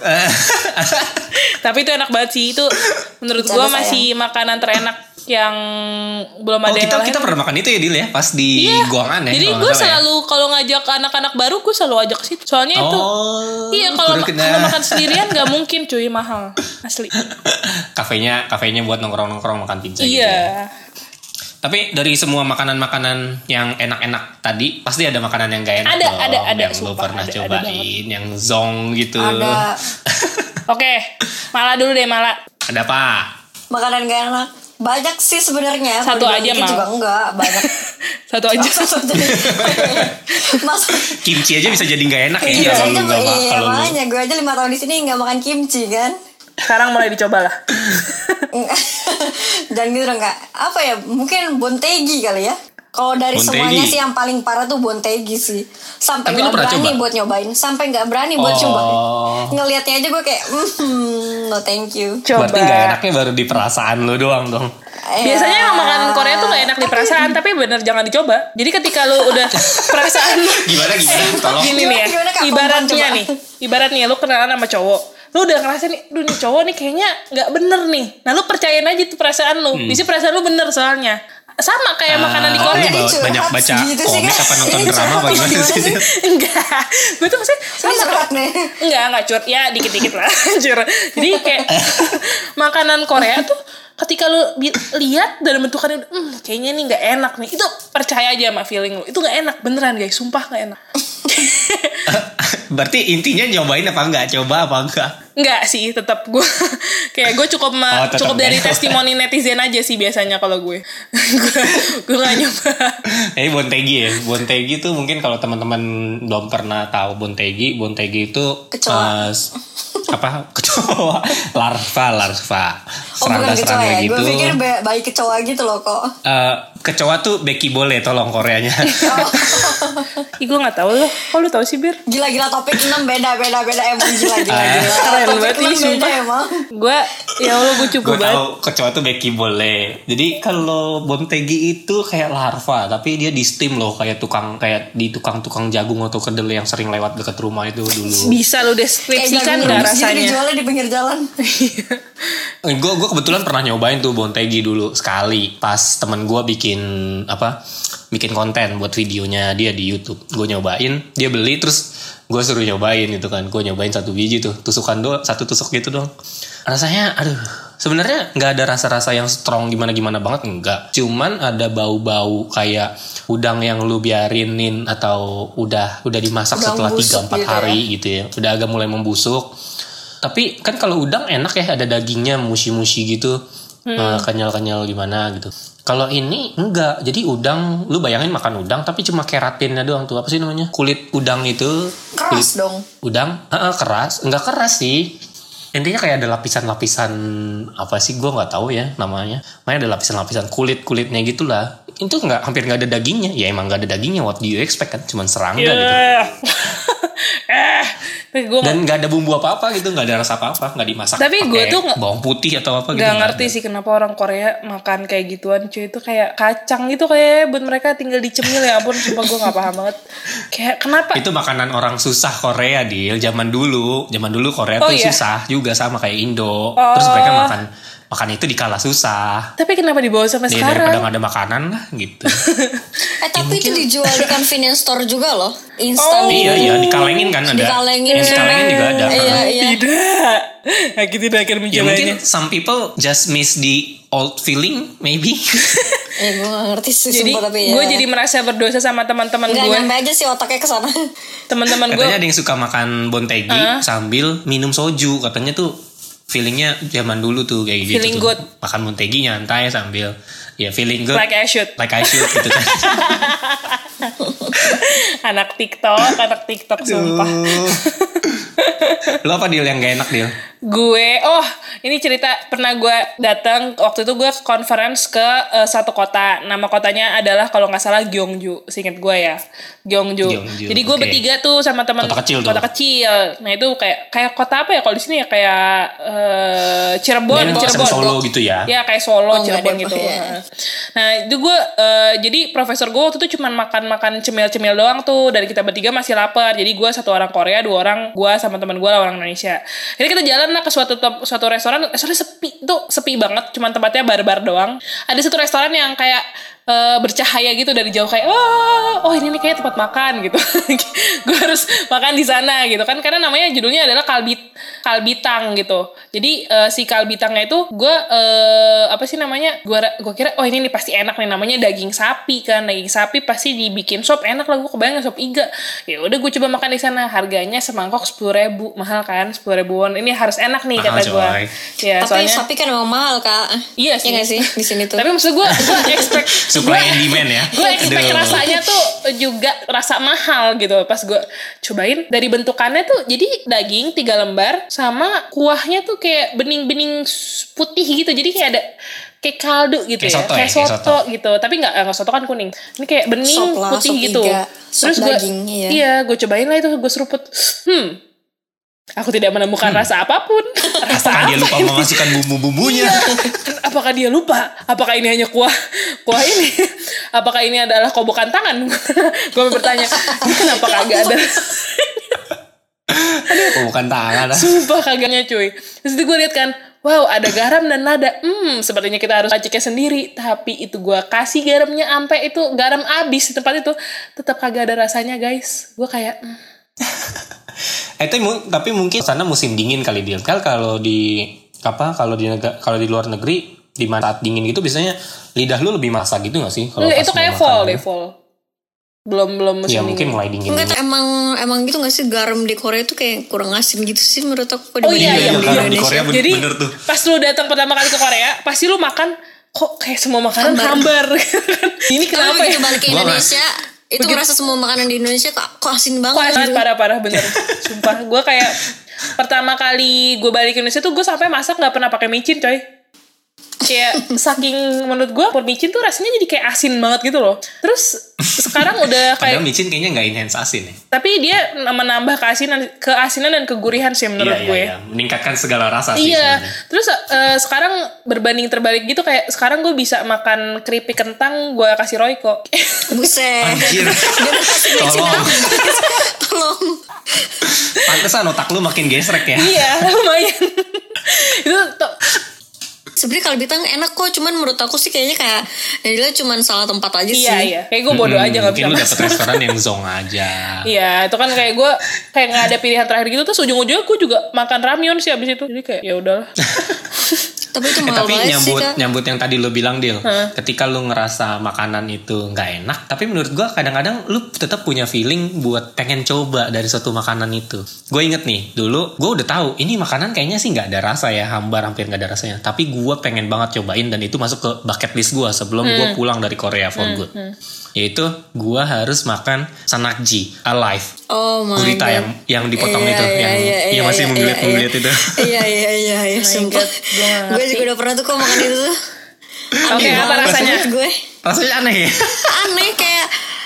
Speaker 3: Tapi itu enak banget sih. Itu menurut gue masih makanan terenak yang belum ada yang lain.
Speaker 2: Kita pernah makan itu ya Dil ya, pas di Guangan ya.
Speaker 3: Jadi gue selalu kalau ngajak anak-anak baru gue selalu ajak ke situ. Soalnya itu kalau makan sendirian gak mungkin cuy, mahal asli.
Speaker 2: Kafenya buat nongkrong-nongkrong makan pizza gitu.
Speaker 3: Iya.
Speaker 2: Tapi dari semua makanan-makanan yang enak-enak tadi, pasti ada makanan yang gak enak
Speaker 3: ada
Speaker 2: yang lo pernah cobain, yang zong gitu.
Speaker 4: Ada.
Speaker 3: Oke, Mala dulu deh Mala.
Speaker 2: Ada apa?
Speaker 4: Makanan gak enak banyak sih sebenarnya.
Speaker 3: Satu aja Mal.
Speaker 4: Juga enggak banyak.
Speaker 3: Satu aja.
Speaker 2: Kimchi aja bisa jadi gak enak ya.
Speaker 4: Iya,
Speaker 2: kalau
Speaker 4: makanya gue aja 5 tahun di sini gak makan kimchi kan.
Speaker 3: Sekarang mulai dicoba lah.
Speaker 4: Dan gitu dong kak. Apa ya, mungkin bontegi kali ya. Kalau dari semuanya sih yang paling parah tuh bontegi sih. Sampai gak berani buat nyobain. Sampai gak berani buat cobain. Ngelihatnya aja gue kayak no thank you.
Speaker 3: Coba.
Speaker 2: Berarti gak enaknya baru di perasaan lo doang dong.
Speaker 3: Biasanya emang makanan Korea tuh gak enak di perasaan, tapi bener jangan dicoba. Jadi ketika lu udah perasaan
Speaker 2: Gimana tolong.
Speaker 3: gini nih ya. Ibaratnya lu kenalan sama cowok. Lu udah ngerasa nih, nih cowok nih kayaknya gak bener nih. Nah lu percayain aja tuh perasaan lu. Bisa perasaan lu bener soalnya. sama kayak makanan di Korea.
Speaker 4: jadi curhat
Speaker 2: banyak baca
Speaker 4: gitu sih,
Speaker 2: komik
Speaker 4: kan?
Speaker 2: apa nonton
Speaker 4: Ini
Speaker 2: drama apa
Speaker 4: curhat
Speaker 2: gimana
Speaker 4: gimana
Speaker 2: sih?
Speaker 4: sih?
Speaker 3: Enggak, gue tuh maksudnya
Speaker 4: Ini
Speaker 3: sama
Speaker 4: curhat nih.
Speaker 3: Enggak curhat ya dikit-dikit lah curhat. Jadi kayak makanan Korea tuh ketika lu lihat dan bentukannya kayaknya nih nggak enak nih, itu percaya aja sama feeling lu, itu nggak enak beneran guys, sumpah nggak enak.
Speaker 2: Berarti intinya nyobain apa enggak? Coba apa enggak?
Speaker 3: Enggak sih, tetap gue kayak gue cukup
Speaker 2: Tetep
Speaker 3: cukup dari
Speaker 2: enggak.
Speaker 3: testimoni netizen aja sih biasanya kalau gue gue nggak nyoba.
Speaker 2: Ini Bontegi ya. Bontegi tuh mungkin kalau teman-teman belum pernah tahu Bontegi itu
Speaker 4: Kecoa.
Speaker 2: Apa? Kecoa. Larva.
Speaker 4: Oh bukan kecoa
Speaker 2: Serangga-serangga
Speaker 4: ya,
Speaker 2: gitu.
Speaker 4: gue pikir bayi kecoa gitu loh kok.
Speaker 2: Kecoa tuh Becky Boleh, tolong Koreanya.
Speaker 3: Ih gue nggak tahu loh, kok lu tahu sih Bir?
Speaker 4: Gila topik 6 beda emang gila.
Speaker 3: Keren
Speaker 4: Topik
Speaker 3: banget
Speaker 4: 6
Speaker 3: ini
Speaker 4: beda
Speaker 3: sumpah.
Speaker 4: emang.
Speaker 3: Gue ya Allah gue cukup
Speaker 2: Gue
Speaker 3: banget.
Speaker 2: tahu kecoa tuh Becky Boleh. Jadi kalau Bontegi itu kayak larva, tapi dia di steam loh, kayak di tukang jagung atau kedelai yang sering lewat dekat rumah itu dulu.
Speaker 3: Bisa lu deskripsikan nggak rasanya?
Speaker 4: Dijualnya di pinggir jalan.
Speaker 2: Gue kebetulan pernah nyobain tuh Bontegi dulu sekali pas temen gue bikin konten buat videonya dia di YouTube. Gue nyobain, dia beli terus gue suruh nyobain gitu kan. Gue nyobain 1 biji tuh, satu tusuk gitu dong. Rasanya aduh, sebenarnya nggak ada rasa-rasa yang strong gimana banget, enggak. Cuman ada bau-bau kayak udang yang lu biarinin atau udah dimasak
Speaker 4: Udang
Speaker 2: setelah
Speaker 4: busuk
Speaker 2: 3-4
Speaker 4: gitu
Speaker 2: hari gitu ya. Udah agak mulai membusuk. Tapi kan kalau udang enak ya, ada dagingnya mushi-mushi gitu. Kenyal-kenyal gimana gitu. Kalau ini enggak. Jadi udang, lu bayangin makan udang tapi cuma keratinnya doang tuh. Apa sih namanya? Kulit udang itu.
Speaker 4: Keras dong.
Speaker 2: Udang? Keras. Enggak keras sih. Intinya kayak ada lapisan-lapisan apa sih, gue nggak tahu ya namanya. Makanya ada lapisan-lapisan kulitnya gitulah. Itu hampir nggak ada dagingnya. Ya emang nggak ada dagingnya. What do you expect kan? Cuman serangga gitu. Dan nggak ada bumbu apa-apa gitu, nggak ada rasa apa-apa, nggak dimasak.
Speaker 3: Tapi gue
Speaker 2: pakai
Speaker 3: tuh
Speaker 2: bawang putih atau apa gitu.
Speaker 3: nggak ngerti sih kenapa orang Korea makan kayak gituan cuy, itu kayak kacang gitu kayak buat mereka tinggal dicemil, ya ampun sumpah gue nggak paham banget kayak kenapa.
Speaker 2: Itu makanan orang susah Korea, Dil. Zaman dulu Korea tuh
Speaker 3: iya?
Speaker 2: susah juga sama kayak Indo. Terus mereka makan itu dikala susah.
Speaker 3: Tapi kenapa dibawa sampai
Speaker 2: Ya, daripada
Speaker 3: sekarang?
Speaker 2: nggak ada makanan lah gitu.
Speaker 4: Tapi itu dijual di convenience store juga loh. Instan.
Speaker 2: Iya, dikalengin kan ada.
Speaker 4: Dikalengin.
Speaker 2: Yang dikalengin juga ada.
Speaker 4: Iya.
Speaker 3: Tidak, aku tidak akan
Speaker 2: Ya
Speaker 3: mencobanya.
Speaker 2: mungkin some people just miss the old feeling maybe.
Speaker 4: Gue gak ngerti sih
Speaker 3: Jadi
Speaker 4: sumpah, tapi ya.
Speaker 3: gue jadi merasa berdosa sama teman-teman
Speaker 4: Nggak
Speaker 3: gue.
Speaker 4: nyampe aja sih otaknya kesana.
Speaker 3: Teman-teman gue
Speaker 2: Katanya ada yang suka makan Bontegi sambil minum soju. Katanya tuh feelingnya zaman dulu tuh kayak gitu.
Speaker 3: Feeling
Speaker 2: tuh.
Speaker 3: good.
Speaker 2: Makan Bontegi nyantai sambil ya feeling good.
Speaker 3: like I should.
Speaker 2: Like I should gitu kan.
Speaker 3: anak TikTok sumpah.
Speaker 2: Lo apa Dil yang gak enak Dil?
Speaker 3: Gue, ini cerita pernah gue datang waktu itu gue conference ke satu kota. Nama kotanya adalah kalau nggak salah Gyeongju, seinget gue ya, Gyeongju. Jadi gue
Speaker 2: oke.
Speaker 3: bertiga tuh sama teman
Speaker 2: Kota kecil tuh.
Speaker 3: kota kecil. Nah itu kayak kota apa ya kalau di sini ya, kayak Cirebon,
Speaker 2: Depok,
Speaker 3: Cirebon.
Speaker 2: Solo gitu ya.
Speaker 3: Ya kayak Solo,
Speaker 4: Oh,
Speaker 3: Cirebon
Speaker 4: nggak
Speaker 3: gitu.
Speaker 4: Depok, ya.
Speaker 3: Nah itu gue, jadi profesor gue waktu itu cuma makan cemil-cemil doang tuh. Dan kita bertiga masih lapar. Jadi gue satu orang Korea, 2 orang gue sama teman gue lah orang Indonesia. Jadi kita jalan lah ke suatu restoran sepi tuh, sepi banget, cuman tempatnya bar-bar doang. Ada satu restoran yang kayak bercahaya gitu dari jauh, kayak oh ini nih kayak tempat makan gitu. Gue harus makan di sana gitu kan, karena namanya judulnya adalah kalbitang gitu. Jadi si kalbitangnya itu gue apa sih namanya, gue kira ini nih pasti enak nih, namanya daging sapi kan. Daging sapi pasti dibikin sop enak lah, gue kebayang sop iga. Ya udah gue coba makan di sana, harganya semangkok 10.000, mahal kan, 10.000 won. Ini harus enak nih kata gue. Ya,
Speaker 4: Tapi
Speaker 3: soalnya
Speaker 4: sapi kan memang mahal kak.
Speaker 3: iya sih.
Speaker 4: Iya gak sih di sini tuh.
Speaker 3: Tapi maksud gue expect
Speaker 2: Supply and demand ya.
Speaker 3: gue expect
Speaker 2: Aduh.
Speaker 3: rasanya tuh juga rasa mahal gitu. Pas gue cobain, dari bentukannya tuh jadi daging 3 lembar sama kuahnya tuh kayak bening-bening putih gitu. Jadi kayak ada kayak kaldu gitu,
Speaker 2: Kayak
Speaker 3: ya,
Speaker 2: soto
Speaker 3: kayak
Speaker 2: ya, kayak
Speaker 3: soto
Speaker 2: soto.
Speaker 3: gitu. Tapi nggak soto kan kuning. Ini kayak bening
Speaker 4: Sop lah,
Speaker 3: putih
Speaker 4: sop
Speaker 3: gitu.
Speaker 4: iga, sop
Speaker 3: Terus gue,
Speaker 4: daging, iya.
Speaker 3: iya, gue cobain lah itu, gue seruput. Aku tidak menemukan rasa apapun. Rasa
Speaker 2: Apakah dia
Speaker 3: apa
Speaker 2: lupa
Speaker 3: ini?
Speaker 2: memasukkan bumbu-bumbunya?
Speaker 3: Apakah dia lupa? Apakah ini hanya kuah ini? Apakah ini adalah kobokan tangan? Gue bertanya, ini kenapa kagak ada?
Speaker 2: Oh, bukan tangan lah.
Speaker 3: Sumpah kagaknya cuy. Terus itu gue liat kan, wow ada garam dan lada. Sepertinya kita harus raciknya sendiri. Tapi itu gue kasih garamnya sampai itu garam habis di tempat itu, tetap kagak ada rasanya guys. Gue kayak
Speaker 2: Tapi mungkin sana musim dingin kali dia. Kalau di luar negeri di saat dingin gitu biasanya lidah lu lebih masak gitu nggak sih? Kalau
Speaker 3: itu kayak fall deh, fall. Belum musim
Speaker 2: ya,
Speaker 3: dingin.
Speaker 2: mungkin mulai dingin.
Speaker 4: Enggak, emang gitu gak sih, garam di Korea itu kayak kurang asin gitu sih menurut aku.
Speaker 3: Oh iya,
Speaker 2: garam di Korea
Speaker 3: jadi
Speaker 2: bener tuh.
Speaker 3: Pas lu datang pertama kali ke Korea, pasti lu makan kok kayak semua makanan hambar. Ini kenapa
Speaker 4: begitu
Speaker 3: ya?
Speaker 4: balik ke Indonesia itu ngerasa semua makanan di Indonesia kok asin banget gitu.
Speaker 3: Parah bener. Sumpah, gue kayak pertama kali gue balik ke Indonesia tuh gue sampai masak nggak pernah pakai micin coy. Kayak saking menurut gue micin tuh rasanya jadi kayak asin banget gitu loh. Terus sekarang udah kayak
Speaker 2: padahal micin kayaknya nggak enhance asin ya.
Speaker 3: Tapi dia menambah keasinan dan kegurihan sih menurut gue.
Speaker 2: Iya. Meningkatkan segala rasa sih.
Speaker 3: Iya.
Speaker 2: Sebenarnya.
Speaker 3: Terus sekarang berbanding terbalik gitu, kayak sekarang gue bisa makan keripik kentang gue kasih Royco.
Speaker 4: Buset.
Speaker 2: Anjir.
Speaker 4: Tolong.
Speaker 2: Pantesan otak lu makin gesrek ya.
Speaker 3: Iya, lumayan. Itu
Speaker 4: sebenarnya kalau Bintang enak kok, cuman menurut aku sih kayaknya kayak Nadila cuman salah tempat aja sih.
Speaker 3: Iya. Kayak gue bodoh aja nggak bisa
Speaker 2: mungkin lu
Speaker 3: masak.
Speaker 2: dapet restoran yang zong aja.
Speaker 3: Iya, itu kan kayak gue kayak nggak ada pilihan terakhir gitu, terus ujung-ujungnya gue juga makan ramyeon sih abis itu. Jadi kayak ya udahlah.
Speaker 4: Tapi itu mahal
Speaker 2: tapi
Speaker 4: banget sih, Kak.
Speaker 2: nyambut yang tadi lu bilang, Dil. Ketika lu ngerasa makanan itu nggak enak, tapi menurut gua kadang-kadang lu tetap punya feeling buat pengen coba dari suatu makanan itu. Gue inget nih, dulu gua udah tahu ini makanan kayaknya sih nggak ada rasa ya, hambar, hampir nggak ada rasanya. Tapi gua pengen banget cobain dan itu masuk ke bucket list gua sebelum gua pulang dari Korea for good. Yaitu gua harus makan sanakji alive.
Speaker 4: Oh my
Speaker 2: gurita
Speaker 4: God.
Speaker 2: yang dipotong itu, yang masih menggeliat itu.
Speaker 4: Iya, sumpah. Gue juga udah pernah tuh kok makan itu tuh.
Speaker 3: Oke, apa rasanya?
Speaker 4: Gue
Speaker 2: Rasanya aneh ya.
Speaker 4: aneh kayak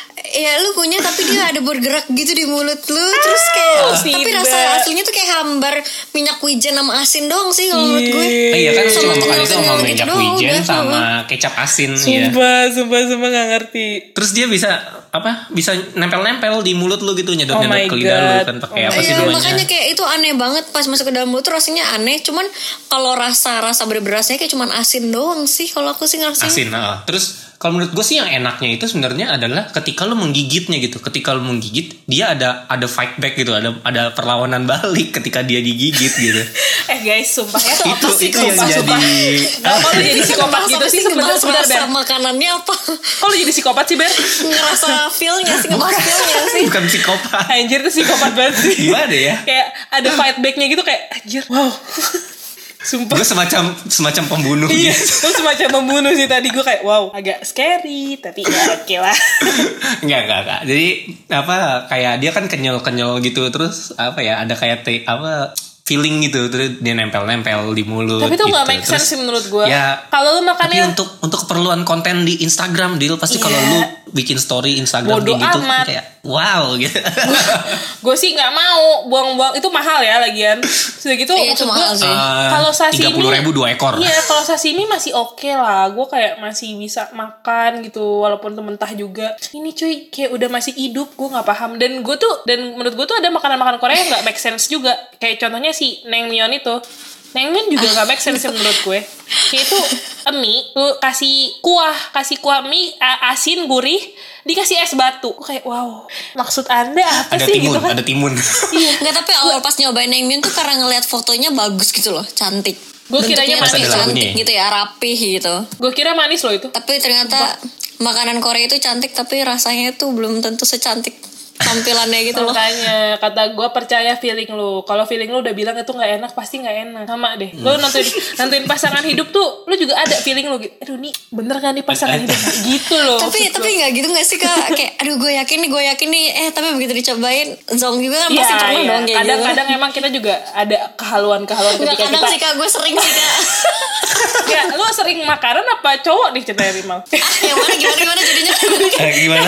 Speaker 4: ya lu punya tapi dia ada bergerak gitu di mulut lu, terus kayak tapi rasa aslinya tuh kayak hambar minyak wijen sama asin doang sih kalau menurut gue.
Speaker 2: Iya kan cuma makan itu sama
Speaker 4: gitu
Speaker 2: minyak
Speaker 4: doang,
Speaker 2: wijen
Speaker 4: udah.
Speaker 2: sama kecap asin ya.
Speaker 3: Sumpah nggak ngerti.
Speaker 2: Terus dia bisa bisa nempel-nempel di mulut lu gitu, nyedot
Speaker 3: Oh my
Speaker 2: ke lidah lu
Speaker 3: God.
Speaker 2: kan pakai apa sih
Speaker 4: Iya,
Speaker 2: namanya?
Speaker 4: makanya kayak itu aneh banget pas masuk ke dalam mulut tuh rasanya aneh, cuman kalau rasa bener-bener rasanya kayak cuman asin doang sih kalau aku sih ngerasain.
Speaker 2: Asin. Terus kalau menurut gue sih yang enaknya itu sebenarnya adalah ketika lu menggigitnya gitu. Ketika lu menggigit, dia ada fight back gitu, ada perlawanan balik ketika dia digigit gitu.
Speaker 3: Guys, sumpah ya tuh apa sih?
Speaker 2: Itu yang jadi
Speaker 3: Kok lu jadi psikopat gitu sih sebenarnya
Speaker 4: rasa
Speaker 3: Ber?
Speaker 4: makanannya apa?
Speaker 3: Kok lu jadi psikopat sih Ber?
Speaker 4: Ngerasa feelnya sih, ngebahas feelnya sih.
Speaker 2: bukan psikopat.
Speaker 3: Anjir tuh psikopat banget sih.
Speaker 2: Gimana ya?
Speaker 3: Kayak ada fight backnya gitu kayak anjir. Wow. Sumpah.
Speaker 2: Gue semacam pembunuh
Speaker 3: Iya,
Speaker 2: gitu.
Speaker 3: lu semacam membunuh sih tadi. Gue kayak wow, agak scary, tapi ya oke lah.
Speaker 2: Enggak. Jadi kayak dia kan kenyal gitu, terus ada kayak feeling gitu, terus dia nempel-nempel di mulut.
Speaker 3: Tapi itu
Speaker 2: gitu.
Speaker 3: nggak make sense sih menurut gue.
Speaker 2: Ya,
Speaker 3: kalau lu makannya
Speaker 2: tapi untuk keperluan konten di Instagram, Dil, pasti kalau lu bikin story Instagram
Speaker 3: bodo
Speaker 2: kayak gitu
Speaker 3: amat.
Speaker 2: kayak wow gitu.
Speaker 3: Gue sih nggak mau buang-buang, itu mahal ya lagian. Sudah gitu.
Speaker 4: Iya, itu mahal sih.
Speaker 3: Kalau sashimi
Speaker 2: 30.000 2 ekor.
Speaker 3: Iya, kalau sashimi masih oke lah. Gue kayak masih bisa makan gitu, walaupun itu mentah juga. Ini cuy kayak udah masih hidup, gue nggak paham. Dan menurut gue tuh ada makanan-makanan Korea yang nggak make sense juga. Kayak contohnya si naengmyeon itu. Naengmyeon juga nggak make sense menurut gue. Kayak itu mie, lu kasih kuah mie asin gurih, dikasih es batu. Gue kayak wow, maksud anda apa
Speaker 2: Ada
Speaker 3: sih
Speaker 2: timun,
Speaker 3: gitu kan?
Speaker 2: ada timun.
Speaker 4: Nggak, tapi awal pas nyobain naengmyeon tuh karena ngeliat fotonya bagus gitu loh, cantik.
Speaker 3: Gue kiranya
Speaker 4: Bentuknya
Speaker 3: manis.
Speaker 2: Ada lagunya
Speaker 4: cantik
Speaker 2: ya?
Speaker 4: gitu ya, rapih gitu.
Speaker 3: Gue kira manis loh itu.
Speaker 4: Tapi ternyata makanan Korea itu cantik, tapi rasanya tuh belum tentu secantik tampilannya gitu loh.
Speaker 3: Makanya kata gue percaya feeling lu. Kalau feeling lu udah bilang itu nggak enak, pasti nggak enak. Sama deh. Lu nentuin pasangan hidup tuh, lu juga ada feeling lu gitu. Aduh nih bener kan nih pasangan hidup gitu loh.
Speaker 4: Tapi nggak gitu nggak sih Kak? Kayak aduh gue yakin nih. Tapi begitu dicobain zong juga kan pasti pernah dong kayak
Speaker 3: kadang-kadang emang kita juga ada kehaluan-kehaluan
Speaker 4: gitu.
Speaker 3: ketika
Speaker 4: Kadang
Speaker 3: kita.
Speaker 4: sih Kak, gue sering sih Kak.
Speaker 3: Ya, lu sering makanan apa cowok nih ceritanya Rimal?
Speaker 4: Yang mana gimana jadinya?
Speaker 2: Gimana?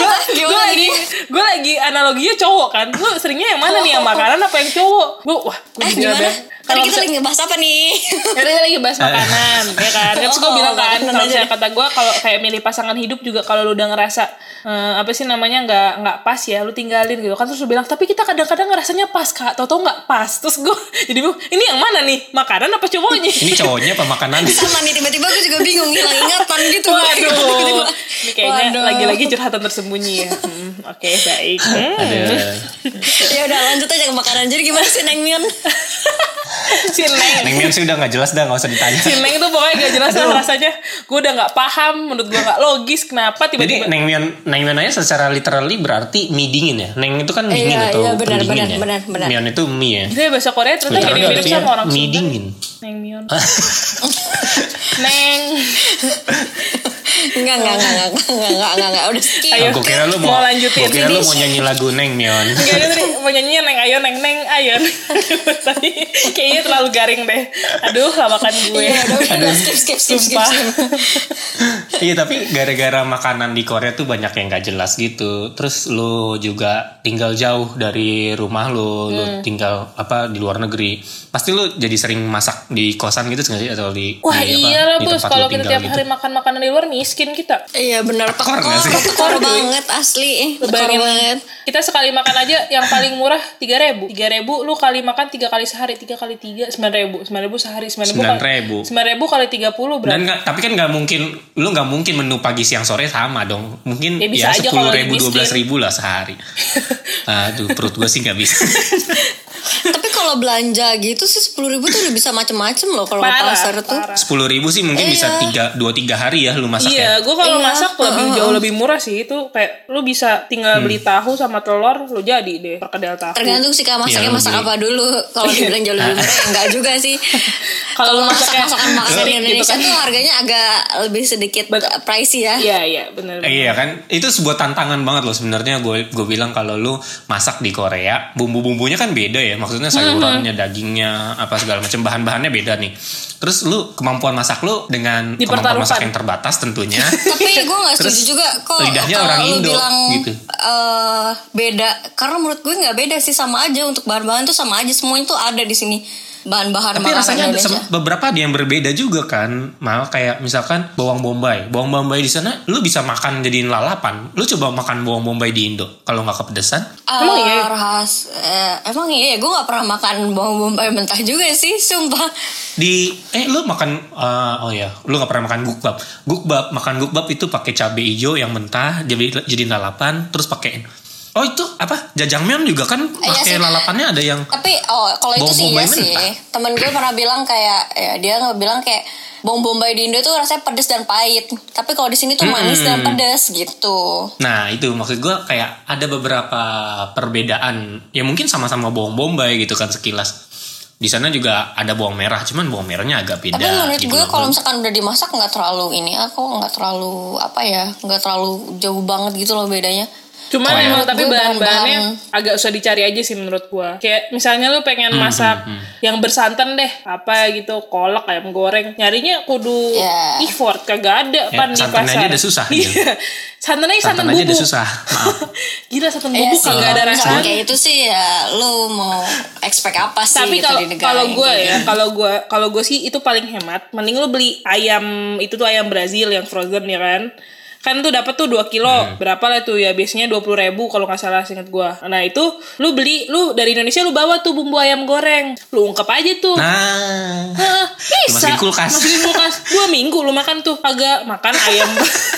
Speaker 3: Gue lagi analoginya cowok kan. Lu seringnya yang mana nih, yang makanan apa yang cowok? Gue jadi
Speaker 4: gimana? Tadi kita lagi ngebahas apa nih?
Speaker 3: Tadi lagi bahas makanan, ya kan? Terus gue bilang kan,
Speaker 4: makanan
Speaker 3: kalau
Speaker 4: aja.
Speaker 3: misalnya kata gue kalau kayak milih pasangan hidup juga kalau lu udah ngerasa apa sih namanya nggak pas ya, lu tinggalin gitu kan. Terus lu bilang tapi kita kadang-kadang ngerasanya pas kak, tau nggak pas. Terus gue jadi bingung, ini yang mana nih, makanan apa cowoknya?
Speaker 2: Ini cowoknya apa makanan?
Speaker 4: Sama nih tiba-tiba aku juga bingung hilang ingatan gitu.
Speaker 3: Waduh, ini kayaknya
Speaker 4: Waduh.
Speaker 3: lagi-lagi curhatan tersembunyi ya. Oke, baik.
Speaker 2: Ada
Speaker 4: Ya udah lanjut aja ke makanan. Jadi gimana sih Neng Mion?
Speaker 3: Si Neng.
Speaker 2: Neng Mion sih udah nggak jelas dah, nggak usah ditanya.
Speaker 3: Si Neng tuh pokoknya gak jelas lah rasanya. Gue udah gak paham, menurut gue gak logis. Kenapa
Speaker 2: Jadi
Speaker 3: tiba-tiba
Speaker 2: Neng Mion aja secara literally berarti mie dingin ya. Neng itu kan dingin
Speaker 4: Iya,
Speaker 2: atau
Speaker 4: iya, benar,
Speaker 2: pendingin ya.
Speaker 4: benar.
Speaker 2: Mion itu mie ya.
Speaker 3: Gila bahasa Korea ternyata
Speaker 2: Literally
Speaker 3: mirip-mirip
Speaker 2: artinya
Speaker 3: sama orang
Speaker 2: mie
Speaker 3: Sunda.
Speaker 2: dingin.
Speaker 3: Neng Mion. Neng.
Speaker 4: Enggak. Udah skip.
Speaker 3: Ayo,
Speaker 2: Gue kira lu
Speaker 3: mau
Speaker 2: mau
Speaker 3: lanjutin.
Speaker 2: Gue kira lu mau nyanyi lagu Neng Mion.
Speaker 3: Enggak ada tadi mau nyanyinya Neng ayo Neng ayo. Tapi kayaknya terlalu garing deh. Aduh lawakan gue.
Speaker 4: Iya, udah skip.
Speaker 3: Sumpah.
Speaker 2: Iya tapi gara-gara makanan di Korea tuh banyak yang gak jelas gitu. Terus lu juga tinggal jauh dari rumah lu tinggal di luar negeri. Pasti lu jadi sering masak di kosan gitu nggak sih atau di
Speaker 3: Wah
Speaker 2: di
Speaker 3: iyalah
Speaker 2: di
Speaker 3: bos,
Speaker 2: tempat
Speaker 3: kalau
Speaker 2: lu
Speaker 3: kita
Speaker 2: tinggal
Speaker 3: tiap
Speaker 2: gitu.
Speaker 3: hari makan makanan di luar miskin kita.
Speaker 4: Iya benar
Speaker 2: Tekor nggak sih?
Speaker 4: tekor banget asli. Tekor
Speaker 3: Bayangin,
Speaker 4: banget.
Speaker 3: kita sekali makan aja yang paling murah 3.000 lu kali makan 3 kali sehari, 3 kali 3 9.000 sehari 9.000 kali 30 berapa?
Speaker 2: Dan tapi kan nggak mungkin menu pagi siang sore sama dong. Mungkin
Speaker 3: Ya, bisa aja kalau
Speaker 2: 10.000
Speaker 3: miskin.
Speaker 2: 12.000 lah sehari. Aduh perut gue sih nggak bisa.
Speaker 4: Tapi kalau belanja gitu sih 10.000 tuh udah bisa macem-macem loh kalau ke
Speaker 3: Parah,
Speaker 4: pasar tuh.
Speaker 3: parah.
Speaker 2: 10.000 sih mungkin bisa 2-3 hari ya lu masak ya.
Speaker 3: Iya, gue kalau
Speaker 4: Iya,
Speaker 3: masak jauh lebih murah sih. Itu kayak lu bisa tinggal beli tahu sama telur, lu jadi deh perkedel tahu.
Speaker 4: Tergantung sih kak masaknya
Speaker 2: Iya,
Speaker 4: masak
Speaker 2: lebih.
Speaker 4: apa dulu. Kalau dibilang jauh lebih murah ya enggak juga sih.
Speaker 3: Kalau
Speaker 4: Kalau
Speaker 3: masaknya
Speaker 4: masakan makanan
Speaker 3: gitu
Speaker 4: Indonesia
Speaker 3: kan.
Speaker 4: tuh harganya agak lebih sedikit pricey ya.
Speaker 3: Iya, benar.
Speaker 2: Iya kan, itu sebuah tantangan banget loh sebenarnya. Gue bilang kalau lu masak di Korea, bumbu-bumbunya kan beda ya. Maksudnya sayurannya, dagingnya, apa segala macam bahan-bahannya beda nih. Terus lu kemampuan masak lu dengan kemampuan masak yang terbatas tentunya.
Speaker 4: Tapi gue gak setuju
Speaker 2: Terus
Speaker 4: juga kok
Speaker 2: lidahnya
Speaker 4: kalau
Speaker 2: orang
Speaker 4: lu
Speaker 2: Indo
Speaker 4: bilang
Speaker 2: gitu.
Speaker 4: beda. Karena menurut gue gak beda sih, sama aja. Untuk bahan-bahan tuh sama aja, semuanya tuh ada di sini. Bahan-bahan
Speaker 2: Tapi
Speaker 4: makanan
Speaker 2: rasanya ada
Speaker 4: Indonesia.
Speaker 2: beberapa ada yang berbeda juga kan. Malah kayak misalkan bawang bombay. Bawang bombay di sana lu bisa makan jadiin lalapan. Lu coba makan bawang bombay di Indo kalau nggak kepedesan.
Speaker 3: Emang iya?
Speaker 4: Emang iya, gue gak pernah makan bawang bombay mentah juga sih, sumpah.
Speaker 2: Lu makan lu nggak pernah makan gukbap makan gukbap itu pakai cabai hijau yang mentah jadiin lalapan terus pakein. Oh itu apa? Jajangmyeon juga kan pakai
Speaker 4: sih.
Speaker 2: lalapannya ada yang
Speaker 4: Tapi kalau itu sih
Speaker 2: bawang
Speaker 4: iya
Speaker 2: bombay
Speaker 4: sih.
Speaker 2: mentah.
Speaker 4: Temen gue pernah bilang kayak dia bilang kayak bawang bombay di Indo tuh rasanya pedes dan pahit. Tapi kalau di sini tuh manis dan pedes gitu.
Speaker 2: Nah itu maksud gue kayak ada beberapa perbedaan. Ya mungkin sama-sama bawang bombay gitu kan sekilas. Di sana juga ada bawang merah, cuman bawang merahnya agak beda.
Speaker 4: Tapi menurut
Speaker 2: gitu
Speaker 4: gue
Speaker 2: loh.
Speaker 4: kalau misalkan udah dimasak nggak terlalu nggak terlalu jauh banget gitu loh bedanya.
Speaker 3: Cuman emang tapi
Speaker 4: Gue
Speaker 3: bahan-bahannya agak usah dicari aja sih menurut gua. Kayak misalnya lu pengen masak yang bersantan deh, apa gitu, kolak, ayam goreng. Nyarinya kudu
Speaker 4: Ya.
Speaker 3: effort, kagak ada pan di
Speaker 2: santannya
Speaker 3: pasar.
Speaker 2: aja udah susah, gitu.
Speaker 3: Iya. Santannya santan
Speaker 2: Santan aja
Speaker 3: bubuk.
Speaker 2: udah susah, maaf.
Speaker 3: Gila santan
Speaker 4: Iya
Speaker 3: bubuk
Speaker 4: sih,
Speaker 3: kagak ada
Speaker 4: kalau misalkan
Speaker 3: rasanya.
Speaker 4: kayak itu sih ya lu mau expect apa sih
Speaker 3: Tapi
Speaker 4: gitu
Speaker 3: kalau
Speaker 4: di negara
Speaker 3: kalau
Speaker 4: yang
Speaker 3: gue
Speaker 4: kayak
Speaker 3: ya,
Speaker 4: gini.
Speaker 3: kalau gue sih itu paling hemat. Mending lu beli ayam itu tuh ayam Brazil yang frozen ya kan. Kan tuh dapat tuh 2 kilo. Berapa lah tuh ya? Biasanya 20.000 kalau nggak salah seinget gue. Nah itu lu dari Indonesia lu bawa tuh bumbu ayam goreng. Lu ungkep aja tuh.
Speaker 2: Nah,
Speaker 3: Hah, bisa.
Speaker 2: masukin kulkas.
Speaker 3: Masukin kulkas. 2 minggu lu makan tuh. Agak makan ayam.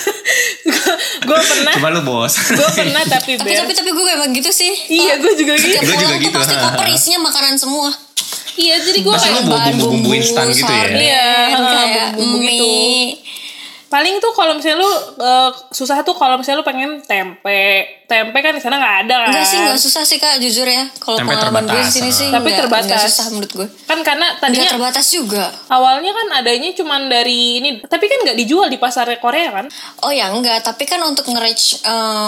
Speaker 3: Gue pernah.
Speaker 2: coba lu bos.
Speaker 3: Gue pernah tapi
Speaker 4: Tapi gue emang gitu sih.
Speaker 3: Iya gue juga gitu.
Speaker 4: Setiap
Speaker 2: Gua juga
Speaker 4: pulang tuh
Speaker 2: gitu.
Speaker 4: pasti koper isinya makanan semua.
Speaker 3: Iya jadi gue
Speaker 2: Pasti
Speaker 3: kayak
Speaker 2: lu bawa bumbu-bumbu instan gitu ya?
Speaker 3: Iya,
Speaker 4: kayak
Speaker 3: bumbu gitu.
Speaker 4: mie.
Speaker 3: Paling tuh kalau misalnya lu susah tuh kalau misalnya lu pengen tempe kan di sana nggak ada kan.
Speaker 4: Enggak sih, enggak susah sih Kak, jujur ya. Kalau
Speaker 2: Tempe
Speaker 4: pengalaman gue di
Speaker 2: terbatas,
Speaker 4: sini sih
Speaker 3: Tapi
Speaker 4: enggak
Speaker 3: terbatas.
Speaker 4: susah menurut gue.
Speaker 3: Kan karena
Speaker 4: Enggak
Speaker 3: tadinya
Speaker 4: terbatas juga.
Speaker 3: awalnya kan adanya cuman dari ini, tapi kan nggak dijual di pasar Korea kan.
Speaker 4: Oh ya enggak, tapi kan untuk nge-reach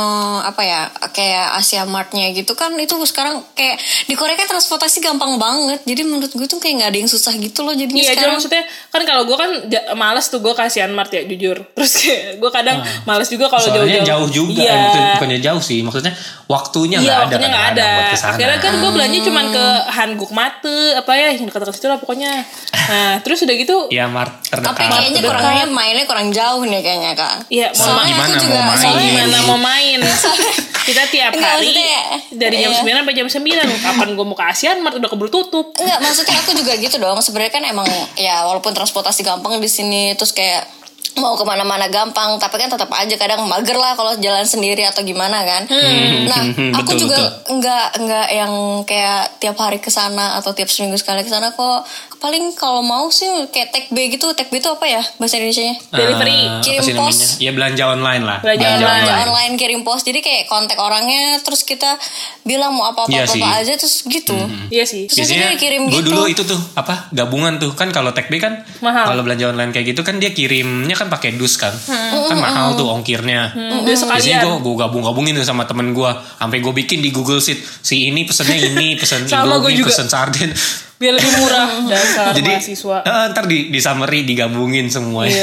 Speaker 4: kayak Asia Mart-nya gitu kan itu sekarang kayak di Korea kan transportasi gampang banget. Jadi menurut gue tuh kayak nggak ada yang susah gitu loh jadinya
Speaker 3: Iya, cuma
Speaker 4: sekarang.
Speaker 3: maksudnya kan kalau gue kan males tuh gue ke Asian Mart ya jujur. jujur. Terus kayak gue kadang males juga kalau
Speaker 2: Soalnya
Speaker 3: jauh-jauh.
Speaker 2: jauh juga,
Speaker 3: Iya.
Speaker 2: bukannya jauh sih, maksudnya waktunya
Speaker 3: Iya,
Speaker 2: nggak ada.
Speaker 3: waktunya nggak ada.
Speaker 2: buat kesana.
Speaker 3: Akhirnya kan gue belanja cuman ke Hanguk Mate apa ya yang dekat-dekat situ lah pokoknya. Nah terus udah gitu.
Speaker 2: Ya mart terdekat.
Speaker 4: Tapi kayaknya mainnya kurang jauh nih kayaknya Kak.
Speaker 3: Iya,
Speaker 4: Soalnya
Speaker 2: gimana
Speaker 4: aku juga
Speaker 2: mau main?
Speaker 3: soalnya
Speaker 4: soalnya
Speaker 3: mana mau main. Kita tiap
Speaker 4: Enggak,
Speaker 3: hari
Speaker 4: maksudnya,
Speaker 3: dari jam
Speaker 4: iya.
Speaker 3: 9 sampai jam 9. Kapan gue mau ke Asian Mart udah keburu tutup.
Speaker 4: Enggak, maksudnya aku juga gitu dong. Sebenarnya kan emang ya walaupun transportasi gampang di sini, terus kayak mau kemana-mana gampang, tapi kan tetap aja kadang mager lah kalau jalan sendiri atau gimana kan. Nah, aku
Speaker 2: Betul,
Speaker 4: juga
Speaker 2: betul.
Speaker 4: enggak yang kayak tiap hari ke sana atau tiap seminggu sekali ke sana kok. Paling kalau mau sih kayak take B gitu. Take B itu apa ya bahasa Indonesianya?
Speaker 3: Delivery.
Speaker 2: Apa
Speaker 4: Kirim
Speaker 2: sih
Speaker 4: pos.
Speaker 2: namanya? Ya belanja online lah.
Speaker 3: Belanja
Speaker 4: Belanja
Speaker 3: online.
Speaker 4: online kirim pos. Jadi kayak kontak orangnya, terus kita bilang mau
Speaker 2: Iya
Speaker 4: apa-apa
Speaker 2: sih.
Speaker 4: aja, terus gitu.
Speaker 3: Iya sih.
Speaker 4: Terus
Speaker 2: Biasanya
Speaker 4: nanti dia kirim
Speaker 2: gue
Speaker 4: gitu.
Speaker 2: dulu itu tuh apa gabungan tuh kan kalau Tech B kan
Speaker 3: Mahal.
Speaker 2: kalau belanja online kayak gitu kan dia kirimnya kan pakai dus kan kan mahal tuh ongkirnya.
Speaker 3: Dia
Speaker 2: Biasanya
Speaker 3: sekalian.
Speaker 2: gue gabungin tuh sama temen gue sampai gue bikin di Google Sheet si ini pesennya ini pesen
Speaker 3: Sama gue
Speaker 2: Indomie
Speaker 3: juga.
Speaker 2: pesen sarden.
Speaker 3: Biar lebih murah dasar
Speaker 2: Jadi
Speaker 3: mahasiswa.
Speaker 2: ntar di summary digabungin semuanya.
Speaker 3: Iya.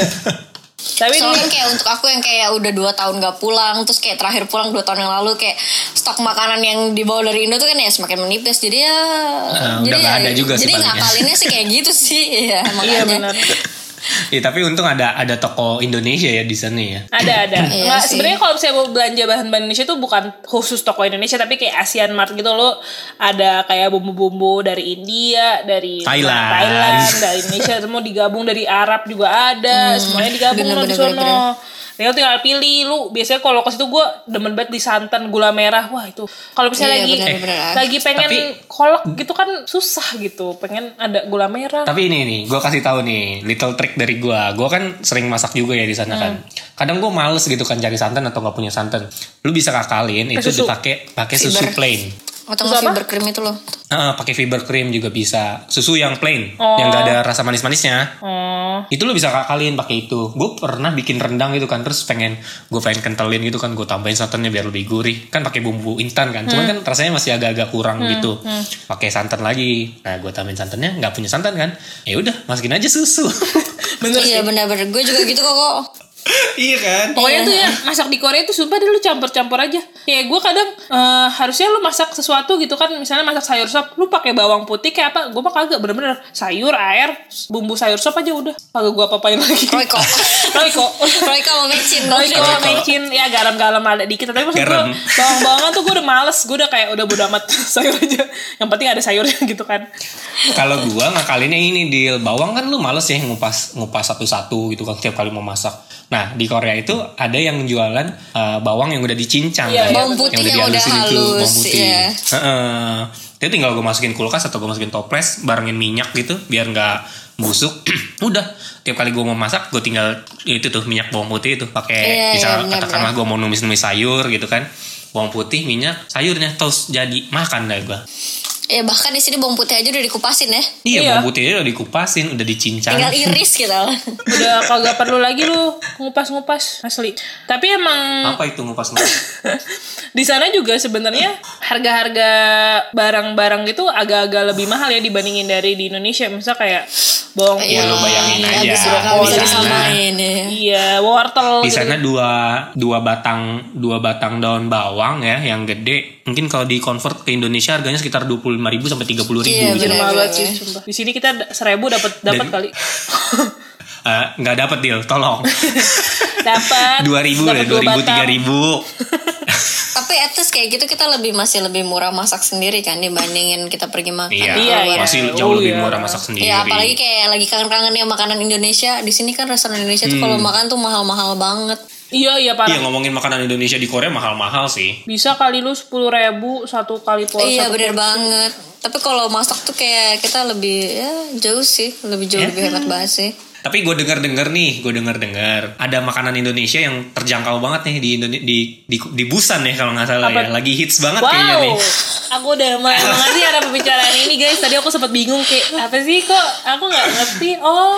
Speaker 3: Tapi
Speaker 4: Soalnya
Speaker 3: dulu
Speaker 4: kayak untuk aku yang kayak udah 2 tahun gak pulang, terus kayak terakhir pulang 2 tahun yang lalu, kayak stok makanan yang dibawa dari Indo tuh kan ya semakin menipis. Jadi ya
Speaker 2: udah nggak ada juga sih
Speaker 4: jadi
Speaker 2: palingnya.
Speaker 4: ngakalinnya sih kayak gitu sih. Iya,
Speaker 3: iya
Speaker 4: makanya.
Speaker 3: benar.
Speaker 2: Ya, tapi untung ada toko Indonesia ya di sana ya.
Speaker 3: Ada.
Speaker 4: Iya
Speaker 3: Nggak,
Speaker 4: sih.
Speaker 3: sebenarnya kalau misalnya mau belanja bahan-bahan Indonesia tuh bukan khusus toko Indonesia tapi kayak Asian Mart gitu loh. Ada kayak bumbu-bumbu dari India, dari
Speaker 2: Thailand.
Speaker 3: dari Indonesia semua digabung, dari Arab juga ada. Semuanya digabung loh di
Speaker 4: bener.
Speaker 3: sono. Tinggal pilih lu. Biasanya kalau ke situ gue demen banget di santan gula merah. Wah itu. Kalau misalnya
Speaker 4: Iya, bener.
Speaker 3: lagi pengen
Speaker 2: Tapi-
Speaker 3: kolak gitu kan susah gitu. Pengen ada gula merah.
Speaker 2: Tapi ini nih, gue kasih tahu nih, little trick dari gue. Gue kan sering masak juga ya di sana kan. Kadang gue males gitu kan cari santan atau nggak punya santan. Lu bisa kakalin itu
Speaker 3: susu.
Speaker 2: pakai susu
Speaker 4: Fiber.
Speaker 2: plain.
Speaker 4: Atau
Speaker 3: Terus apa?
Speaker 4: fiber cream itu loh.
Speaker 2: Pakai fiber cream juga bisa. Susu yang plain,
Speaker 3: Oh.
Speaker 2: yang gak ada rasa manis-manisnya.
Speaker 3: Oh.
Speaker 2: Itu lu bisa kakalin pakai itu. Gue pernah bikin rendang gitu kan, terus pengen kentalin gitu kan, gue tambahin santannya biar lebih gurih. Kan pakai bumbu instan kan, cuman kan rasanya masih agak-agak kurang gitu. Pakai santan lagi. Nah, gue tambahin santannya, nggak punya santan kan? Ya udah, masukin aja susu.
Speaker 3: Bener
Speaker 4: Iya
Speaker 3: sih.
Speaker 4: benar-benar. Gue juga gitu kok.
Speaker 2: Iya kan?
Speaker 3: Pokoknya tuh ya masak di Korea tuh sumpah deh lu campur-campur aja. Kayak gue kadang harusnya lu masak sesuatu gitu kan, misalnya masak sayur sop, lu pakai bawang putih kayak apa? Gue mah kagak, bener-bener sayur, air, bumbu sayur sop aja udah. Kagak gue apa-apain lagi.
Speaker 4: Royco.
Speaker 3: Royco
Speaker 4: mau mecin.
Speaker 3: Royco mecin ya garam-garam ada dikit, tapi maksud gue
Speaker 2: Garam.
Speaker 3: bawang-bawangan tuh gue udah males, gue udah kayak udah bodo amat sayur aja. Yang penting ada sayurnya gitu kan.
Speaker 2: Kalau gue ngakalinnya ini di bawang kan lu males ya ngupas satu-satu gitu kan setiap kali mau masak. Nah di Korea itu ada yang jualan bawang yang udah dicincang
Speaker 3: Iya,
Speaker 2: kan,
Speaker 4: bawang putih yang udah
Speaker 2: dihalusin itu,
Speaker 4: halus,
Speaker 2: bawang putih.
Speaker 4: iya.
Speaker 2: Itu tinggal gue masukin kulkas atau gue masukin toples barengin minyak gitu biar nggak busuk. Udah tiap kali gue mau masak gue tinggal itu tuh minyak bawang putih itu pakai
Speaker 4: Iya,
Speaker 2: misal
Speaker 4: benar,
Speaker 2: katakanlah gue mau numis-numis sayur gitu kan, bawang putih minyak sayurnya terus jadi makan dah gue.
Speaker 4: Ya bahkan di sini bawang putih aja udah dikupasin ya.
Speaker 2: Iya,
Speaker 3: Iya.
Speaker 2: bawang putihnya udah dikupasin, udah dicincang.
Speaker 4: Tinggal iris gitu.
Speaker 3: Udah kagak perlu lagi lu ngupas-ngupas asli. Tapi emang
Speaker 2: Apa itu ngupas-ngupas?
Speaker 3: di sana juga sebenarnya harga-harga barang-barang gitu agak-agak lebih mahal ya dibandingin dari di Indonesia. Misal kayak bawang
Speaker 2: Ya, lu bayangin aja.
Speaker 4: Habis
Speaker 2: Di
Speaker 4: nggak bisa
Speaker 2: sana.
Speaker 4: disamain ya.
Speaker 3: iya, wortel
Speaker 2: Di
Speaker 3: gitu.
Speaker 2: sana dua batang daun bawang ya yang gede. Mungkin kalau di convert ke Indonesia harganya sekitar 25.000 sampai 30.000
Speaker 4: Iya,
Speaker 2: gitu.
Speaker 3: Bener
Speaker 4: bener,
Speaker 3: banget
Speaker 4: bener.
Speaker 3: sih, sumpah. Di sini kita 1.000 dapat
Speaker 2: Dan-
Speaker 3: kali.
Speaker 2: Nggak dapat deal, tolong.
Speaker 3: Dapat
Speaker 2: 2.000 deh, 2.000 3.000.
Speaker 4: Tapi at least kayak gitu kita masih lebih murah masak sendiri kan dibandingin kita pergi makan.
Speaker 2: Iya,
Speaker 3: Iya, iya.
Speaker 2: masih jauh
Speaker 3: Oh,
Speaker 2: lebih
Speaker 3: iya.
Speaker 2: murah masak sendiri.
Speaker 4: Ya apalagi kayak lagi kangen-kangennya makanan Indonesia. Di sini kan restoran Indonesia tuh kalau makan tuh mahal-mahal banget.
Speaker 3: Iya parah.
Speaker 2: Iya, ngomongin makanan Indonesia di Korea mahal-mahal sih.
Speaker 3: Bisa kali lu 10.000 satu kali porsi.
Speaker 4: Iya bener banget. Tapi kalau masak tuh kayak kita lebih ya jauh sih, lebih hemat banget sih.
Speaker 2: Tapi gue denger ada makanan Indonesia yang terjangkau banget nih di Busan ya kalau nggak salah
Speaker 3: Apa?
Speaker 2: ya. Lagi hits banget kayaknya
Speaker 3: Wow,
Speaker 2: nih.
Speaker 3: aku udah mulai mengerti ada pembicaraan ini guys. Tadi aku sempat bingung kayak apa sih kok aku nggak ngerti.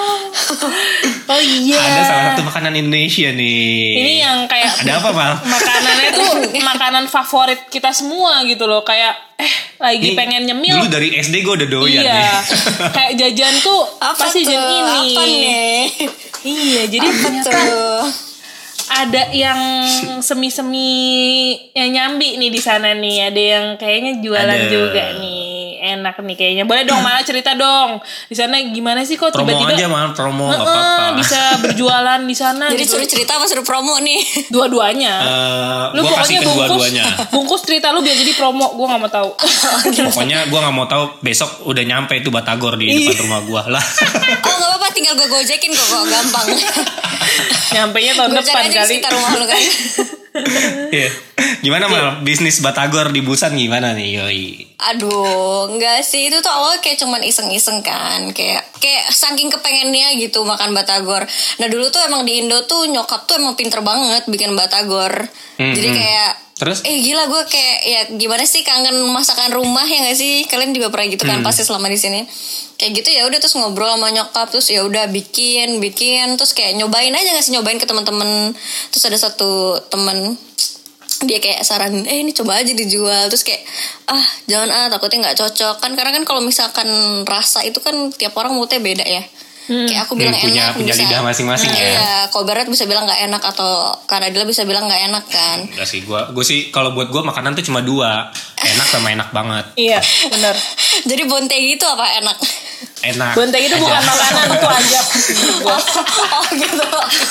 Speaker 3: Oh iya.
Speaker 2: Ada salah satu makanan Indonesia nih.
Speaker 3: Ini yang kayak
Speaker 2: Ada apa, Mal?
Speaker 3: makanannya tuh makanan favorit kita semua gitu loh. Kayak lagi
Speaker 2: Nih,
Speaker 3: pengen nyemil.
Speaker 2: Dulu dari SD gue udah doyan
Speaker 3: Iya.
Speaker 2: nih.
Speaker 3: Kayak jajan tuh
Speaker 4: Apa
Speaker 3: pasti
Speaker 4: tuh?
Speaker 3: jajan ini.
Speaker 4: Apa nih?
Speaker 3: Iya, jadi
Speaker 4: Apa
Speaker 3: ternyata
Speaker 4: tuh?
Speaker 3: ada yang semi-semi yang nyambi nih di sana nih. Ada yang kayaknya jualan
Speaker 2: Ada.
Speaker 3: juga nih. Enak nih kayaknya. Boleh dong malah cerita dong. Di sana gimana sih kok
Speaker 2: Promo
Speaker 3: tiba-tiba
Speaker 2: aja mah, promo nggak apa-apa.
Speaker 3: bisa berjualan di sana
Speaker 4: Jadi
Speaker 3: gitu.
Speaker 4: suruh cerita apa suruh promo nih?
Speaker 3: Dua-duanya.
Speaker 2: Gue kasih ke
Speaker 3: bungkus,
Speaker 2: dua-duanya.
Speaker 3: bungkus cerita lu biar jadi promo. Gue gak mau tahu.
Speaker 2: Pokoknya gue nggak mau tahu besok udah nyampe itu Batagor di
Speaker 3: Iya.
Speaker 2: depan rumah gue lah.
Speaker 4: Oh nggak apa-apa, tinggal gue gojekin kok gampang.
Speaker 3: Nyampenya tahun
Speaker 4: Gue
Speaker 3: depan
Speaker 4: cari aja di
Speaker 3: kali.
Speaker 4: sekitar rumah lu kan.
Speaker 2: Iya. Gimana Mal? Bisnis Batagor di Busan gimana nih? Yoi.
Speaker 4: Aduh, enggak sih, itu tuh awalnya kayak cuman iseng-iseng kan, kayak saking kepengennya gitu makan batagor. Nah dulu tuh emang di Indo tuh nyokap tuh emang pinter banget bikin batagor. Jadi kayak
Speaker 2: Terus?
Speaker 4: gila gue kayak ya gimana sih, kangen masakan rumah ya nggak sih? Kalian juga pernah gitu kan pasti selama di sini. Kayak gitu ya udah, terus ngobrol sama nyokap, terus ya udah bikin terus kayak nyobain aja, nggak sih, nyobain ke teman-teman. Terus ada satu temen, dia kayak saranin ini coba aja dijual, terus kayak jangan takutnya nggak cocok kan, karena kan kalau misalkan rasa itu kan tiap orang moodnya beda ya. Kayak aku bilang
Speaker 2: punya
Speaker 4: enak, bisa
Speaker 2: lidah masing-masing ya.
Speaker 4: Iya, Kobarat bisa bilang nggak enak, atau Kanadila bisa bilang nggak enak kan.
Speaker 2: Enggak sih, gue sih kalau buat gue makanan tuh cuma dua, enak sama enak banget.
Speaker 3: Iya, benar.
Speaker 4: Jadi bontegi itu apa enak?
Speaker 2: Enak.
Speaker 3: Bontegi itu bukan
Speaker 2: aja.
Speaker 3: makanan, itu aja.
Speaker 4: Oh gitu.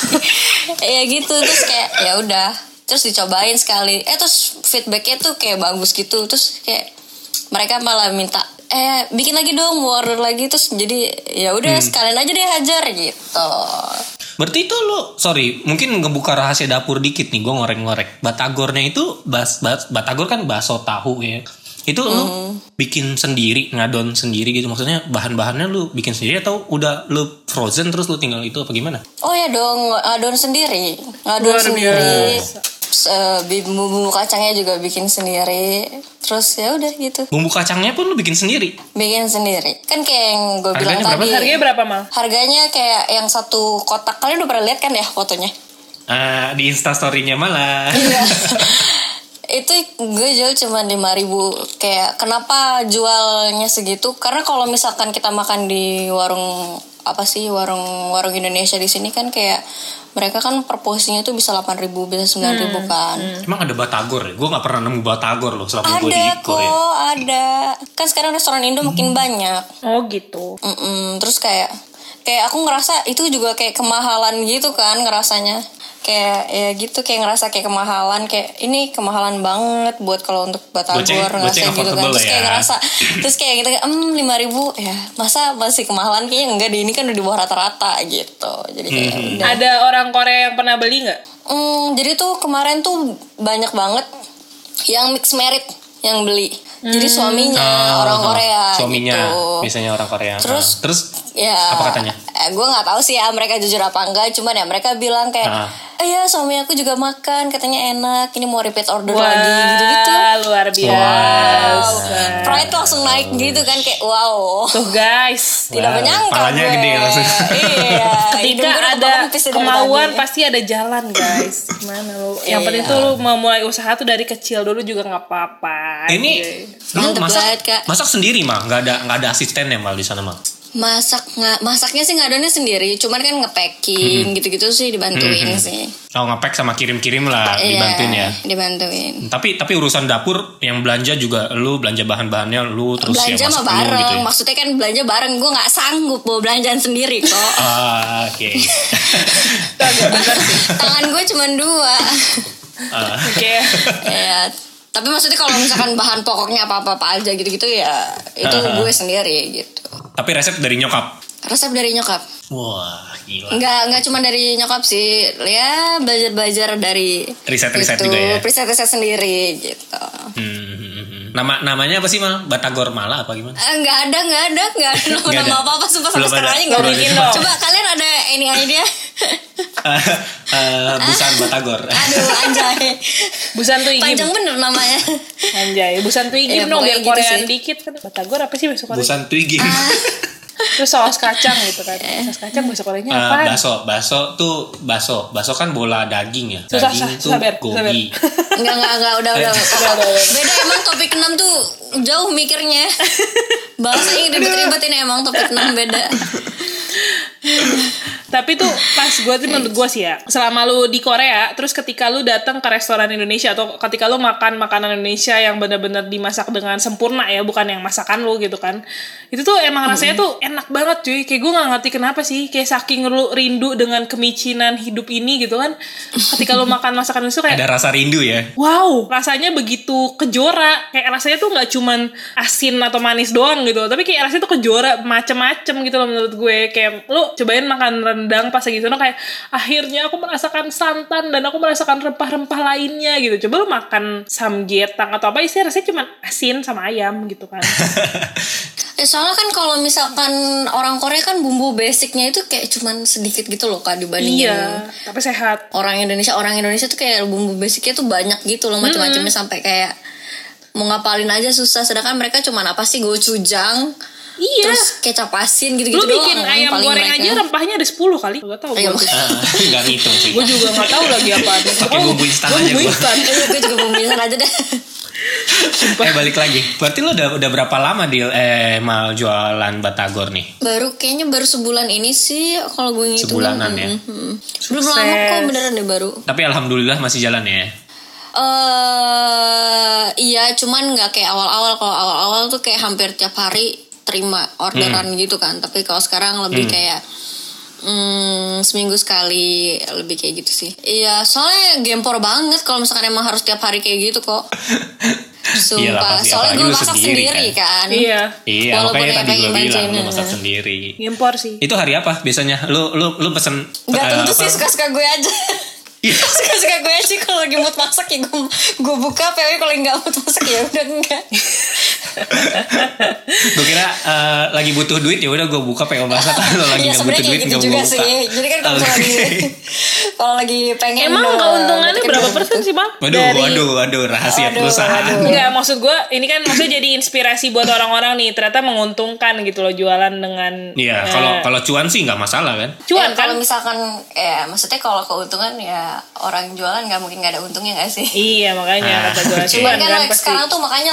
Speaker 4: Ya gitu, terus kayak ya udah, terus dicobain sekali, terus feedbacknya tuh kayak bagus gitu, terus kayak mereka malah minta bikin lagi dong, mau order lagi, terus jadi ya udah sekalian aja deh hajar gitu.
Speaker 2: Berarti itu lo, sorry, mungkin ngebuka rahasia dapur dikit nih, gue ngorek-ngorek. Batagornya itu, batagor kan bakso tahu ya. Itu lo bikin sendiri, ngadon sendiri gitu. Maksudnya bahan-bahannya lo bikin sendiri atau udah lo frozen terus lo tinggal itu apa gimana?
Speaker 4: Oh ya dong, ngadon sendiri. Ngadon
Speaker 3: Luar
Speaker 4: sendiri.
Speaker 3: biasa.
Speaker 4: Bumbu kacangnya juga bikin sendiri. Terus ya udah gitu.
Speaker 2: Bumbu kacangnya pun lo bikin sendiri?
Speaker 4: Bikin sendiri. Kan kayak yang gue bilang
Speaker 2: Harganya berapa?
Speaker 4: tadi.
Speaker 3: Harganya berapa, Mal?
Speaker 4: Harganya kayak yang satu kotak. Kalian udah pernah lihat kan ya fotonya?
Speaker 2: Di instastory-nya malah.
Speaker 4: Iya. Itu gue jual cuma 5.000. Kayak kenapa jualnya segitu? Karena kalau misalkan kita makan di warung warung Indonesia di sini kan kayak mereka kan per porsinya tuh bisa 8.000, bisa 9.000 kan.
Speaker 2: Emang ada batagor ya? Gue gak pernah nemu batagor loh selama gue di
Speaker 4: Ada
Speaker 2: Korea.
Speaker 4: kok, ada. Kan sekarang restoran Indo makin banyak.
Speaker 3: Oh gitu.
Speaker 4: Terus kayak aku ngerasa itu juga kayak kemahalan gitu kan ngerasanya. Kayak ya gitu, kayak ngerasa kayak kemahalan, kayak ini kemahalan banget buat kalau untuk batagor, ngerasa gitu kan. Terus kayak ngerasa, terus kayak gitu 5.000 ya masa masih kemahalan, kayaknya enggak deh, ini kan udah di bawah rata-rata gitu. Jadi kayak udah.
Speaker 3: Ada orang Korea yang pernah beli nggak?
Speaker 4: Jadi tuh kemarin tuh banyak banget yang mixed merit yang beli. Jadi suaminya orang Korea
Speaker 2: Suaminya
Speaker 4: gitu.
Speaker 2: biasanya orang Korea.
Speaker 4: Terus
Speaker 2: ya, apa katanya?
Speaker 4: Gue nggak tahu sih ya mereka jujur apa enggak, cuman ya mereka bilang kayak iya suami aku juga makan, katanya enak, ini mau repeat order lagi gitu-gitu.
Speaker 3: Luar biasa.
Speaker 4: Pride langsung naik gitu kan, kayak wow.
Speaker 3: Tuh guys,
Speaker 4: Tidak menyangka
Speaker 2: palanya
Speaker 4: gue.
Speaker 2: gede langsung.
Speaker 4: Iya.
Speaker 3: ketika
Speaker 4: hidung gue udah
Speaker 3: ada
Speaker 4: kempis dari
Speaker 3: kemauan
Speaker 4: tadi.
Speaker 3: pasti ada jalan guys. Gimana lu? Yang penting
Speaker 4: Iya.
Speaker 3: tuh lu mau mulai usaha tuh dari kecil dulu juga nggak apa-apa.
Speaker 2: Ini lu
Speaker 4: Mantep banget, Kak.
Speaker 2: masak sendiri mah, nggak ada asisten ya mal di sana mal.
Speaker 4: Masaknya sih nggak adanya sendiri, cuman kan ngepacking gitu-gitu sih dibantuin sih.
Speaker 2: Oh nge-pack sama kirim-kirim lah dibantuin ya.
Speaker 4: Dibantuin.
Speaker 2: Tapi urusan dapur yang belanja juga lu, belanja bahan-bahannya lu, terus
Speaker 4: Belanja
Speaker 2: ya
Speaker 4: mah
Speaker 2: masak
Speaker 4: bareng,
Speaker 2: lu gitu ya.
Speaker 4: maksudnya kan belanja bareng. Gue nggak sanggup bawa belanjaan sendiri kok.
Speaker 2: Oke.
Speaker 4: Tangan gue cuma 2.
Speaker 3: Oke.
Speaker 4: Ya, tapi maksudnya kalau misalkan bahan pokoknya apa aja gitu-gitu ya itu gue sendiri gitu.
Speaker 2: Tapi resep dari nyokap.
Speaker 4: Resep dari nyokap.
Speaker 2: Wah gila.
Speaker 4: Nggak cuma dari nyokap sih, ya belajar dari
Speaker 2: Riset-riset
Speaker 4: gitu,
Speaker 2: juga ya?
Speaker 4: riset sendiri gitu.
Speaker 2: Namanya apa sih mal? Batagor Mala apa gimana?
Speaker 4: Nggak ada
Speaker 2: Nggak
Speaker 4: nama
Speaker 2: ada.
Speaker 4: apa sumpah
Speaker 2: Belum
Speaker 4: sampai sekarang
Speaker 2: ada.
Speaker 4: aja nggak
Speaker 2: Belum
Speaker 4: bikin
Speaker 2: ada.
Speaker 4: dong. Coba kalian ada ini idea?
Speaker 2: Busan Batagor.
Speaker 4: Aduh anjay,
Speaker 3: Busan tuh igim.
Speaker 4: panjang bener namanya.
Speaker 3: Anjay, busan tuh igim
Speaker 4: Ya,
Speaker 3: dong biar
Speaker 4: pokoknya gitu
Speaker 3: Korean
Speaker 4: sih.
Speaker 3: dikit kan. Batagor apa sih besok?
Speaker 2: Busan Twiging.
Speaker 3: Terus saus kacang gitu kan. Saus kacang bahasa Koreanya apa?
Speaker 2: Baso kan bola daging ya. Daging tuh
Speaker 3: Ber.
Speaker 2: gogi.
Speaker 4: Enggak, udah. Beda emang topik 6 tuh jauh mikirnya. Bahasanya ribet-ribet ini emang topik 6 beda.
Speaker 3: Tapi tuh pas gue tuh menurut gue sih ya, selama lu di Korea, terus ketika lu datang ke restoran Indonesia atau ketika lu makan makanan Indonesia yang benar-benar dimasak dengan sempurna ya, bukan yang masakan lu gitu kan, itu tuh emang rasanya tuh enak banget cuy. Kayak gue nggak ngerti kenapa sih, kayak saking lu rindu dengan kemicinan hidup ini gitu kan, ketika lu makan masakan Indonesia kayak
Speaker 2: Ada rasa rindu ya.
Speaker 3: wow, rasanya begitu kejora. Kayak rasanya tuh nggak cuman asin atau manis doang gitu, tapi kayak rasanya tuh kejora macem-macem gitu loh menurut gue. Kayak lu cobain makan rendang pas lagi sono, kayak akhirnya aku merasakan santan dan aku merasakan rempah-rempah lainnya gitu. Coba lu makan samgyetang atau apa, isinya rasanya cuma asin sama ayam gitu kan.
Speaker 4: Soalnya kan kalau misalkan orang Korea kan bumbu basicnya itu kayak cuman sedikit gitu loh Kak dibandingin
Speaker 3: tapi sehat.
Speaker 4: orang Indonesia tuh kayak bumbu basicnya tuh banyak gitu loh, macam-macamnya sampai kayak mau ngapalin aja susah. Sedangkan mereka cuman apa sih, gochujang, terus kecap asin gitu-gitu
Speaker 3: Lu
Speaker 4: doang.
Speaker 3: bikin ayam goreng
Speaker 4: mereka
Speaker 3: aja rempahnya ada 10 kali. Gak tau gue.
Speaker 2: Nggak ngitung sih.
Speaker 3: Gue juga gak tahu lagi apaan.
Speaker 2: Pakai bumbu instan aja
Speaker 3: Bumbu
Speaker 2: gua.
Speaker 3: instan.
Speaker 4: Gue juga bumbu instan aja deh.
Speaker 2: Balik lagi. Berarti lu udah berapa lama mal jualan batagor nih?
Speaker 4: Kayaknya baru sebulan ini sih kalau gue ngitung.
Speaker 2: Sebulanan ya.
Speaker 4: Belum lama kok, beneran deh baru.
Speaker 2: Tapi alhamdulillah masih jalan ya.
Speaker 4: Iya, cuman nggak kayak awal-awal. Kalau awal-awal tuh kayak hampir tiap hari terima orderan gitu kan. Tapi kalau sekarang lebih kayak seminggu sekali, lebih kayak gitu sih. Iya, soalnya gempor banget kalau misalkan emang harus tiap hari kayak gitu kok. Sumpah.
Speaker 2: Iyalah, pasti.
Speaker 4: Soalnya
Speaker 2: Apalagi
Speaker 4: gue
Speaker 2: lu
Speaker 4: masak sendiri kan.
Speaker 3: Iya.
Speaker 2: Iya,
Speaker 4: Walaupun
Speaker 2: makanya tadi gue
Speaker 4: pengen
Speaker 2: bilang lu
Speaker 4: bacain.
Speaker 2: masak sendiri.
Speaker 3: Gempor sih.
Speaker 2: Itu hari apa biasanya? Lu pesen
Speaker 4: Gak tentu
Speaker 2: apa?
Speaker 4: sih, suka-suka gue aja.
Speaker 2: Iya.
Speaker 4: Suka-suka gue aja kalau lagi mood masak ya gue buka. PW kalau nggak mood masak ya udah enggak.
Speaker 2: Gue kira lagi butuh duit ya udah gue buka PO masak. Kalau lagi
Speaker 4: Iya
Speaker 2: nggak butuh
Speaker 4: sebenarnya
Speaker 2: duit
Speaker 4: kayak gitu
Speaker 2: nggak
Speaker 4: juga
Speaker 2: buka.
Speaker 4: sih. Jadi kan kalau lagi pengen
Speaker 3: Emang keuntungannya
Speaker 4: gitu
Speaker 3: berapa
Speaker 4: kan.
Speaker 3: persen sih Bang?
Speaker 2: Waduh, rahasia perusahaan.
Speaker 3: Enggak, maksud gue ini kan maksudnya jadi inspirasi buat orang-orang nih, ternyata menguntungkan gitu loh jualan dengan
Speaker 2: Iya, kalau cuan sih nggak masalah kan.
Speaker 3: cuan kan.
Speaker 4: Kalau misalkan maksudnya kalau keuntungan ya orang jualan nggak mungkin nggak ada untungnya nggak sih?
Speaker 3: Iya makanya kata gue
Speaker 4: Cuman
Speaker 3: cuan kan pasti.
Speaker 4: sekarang tuh makanya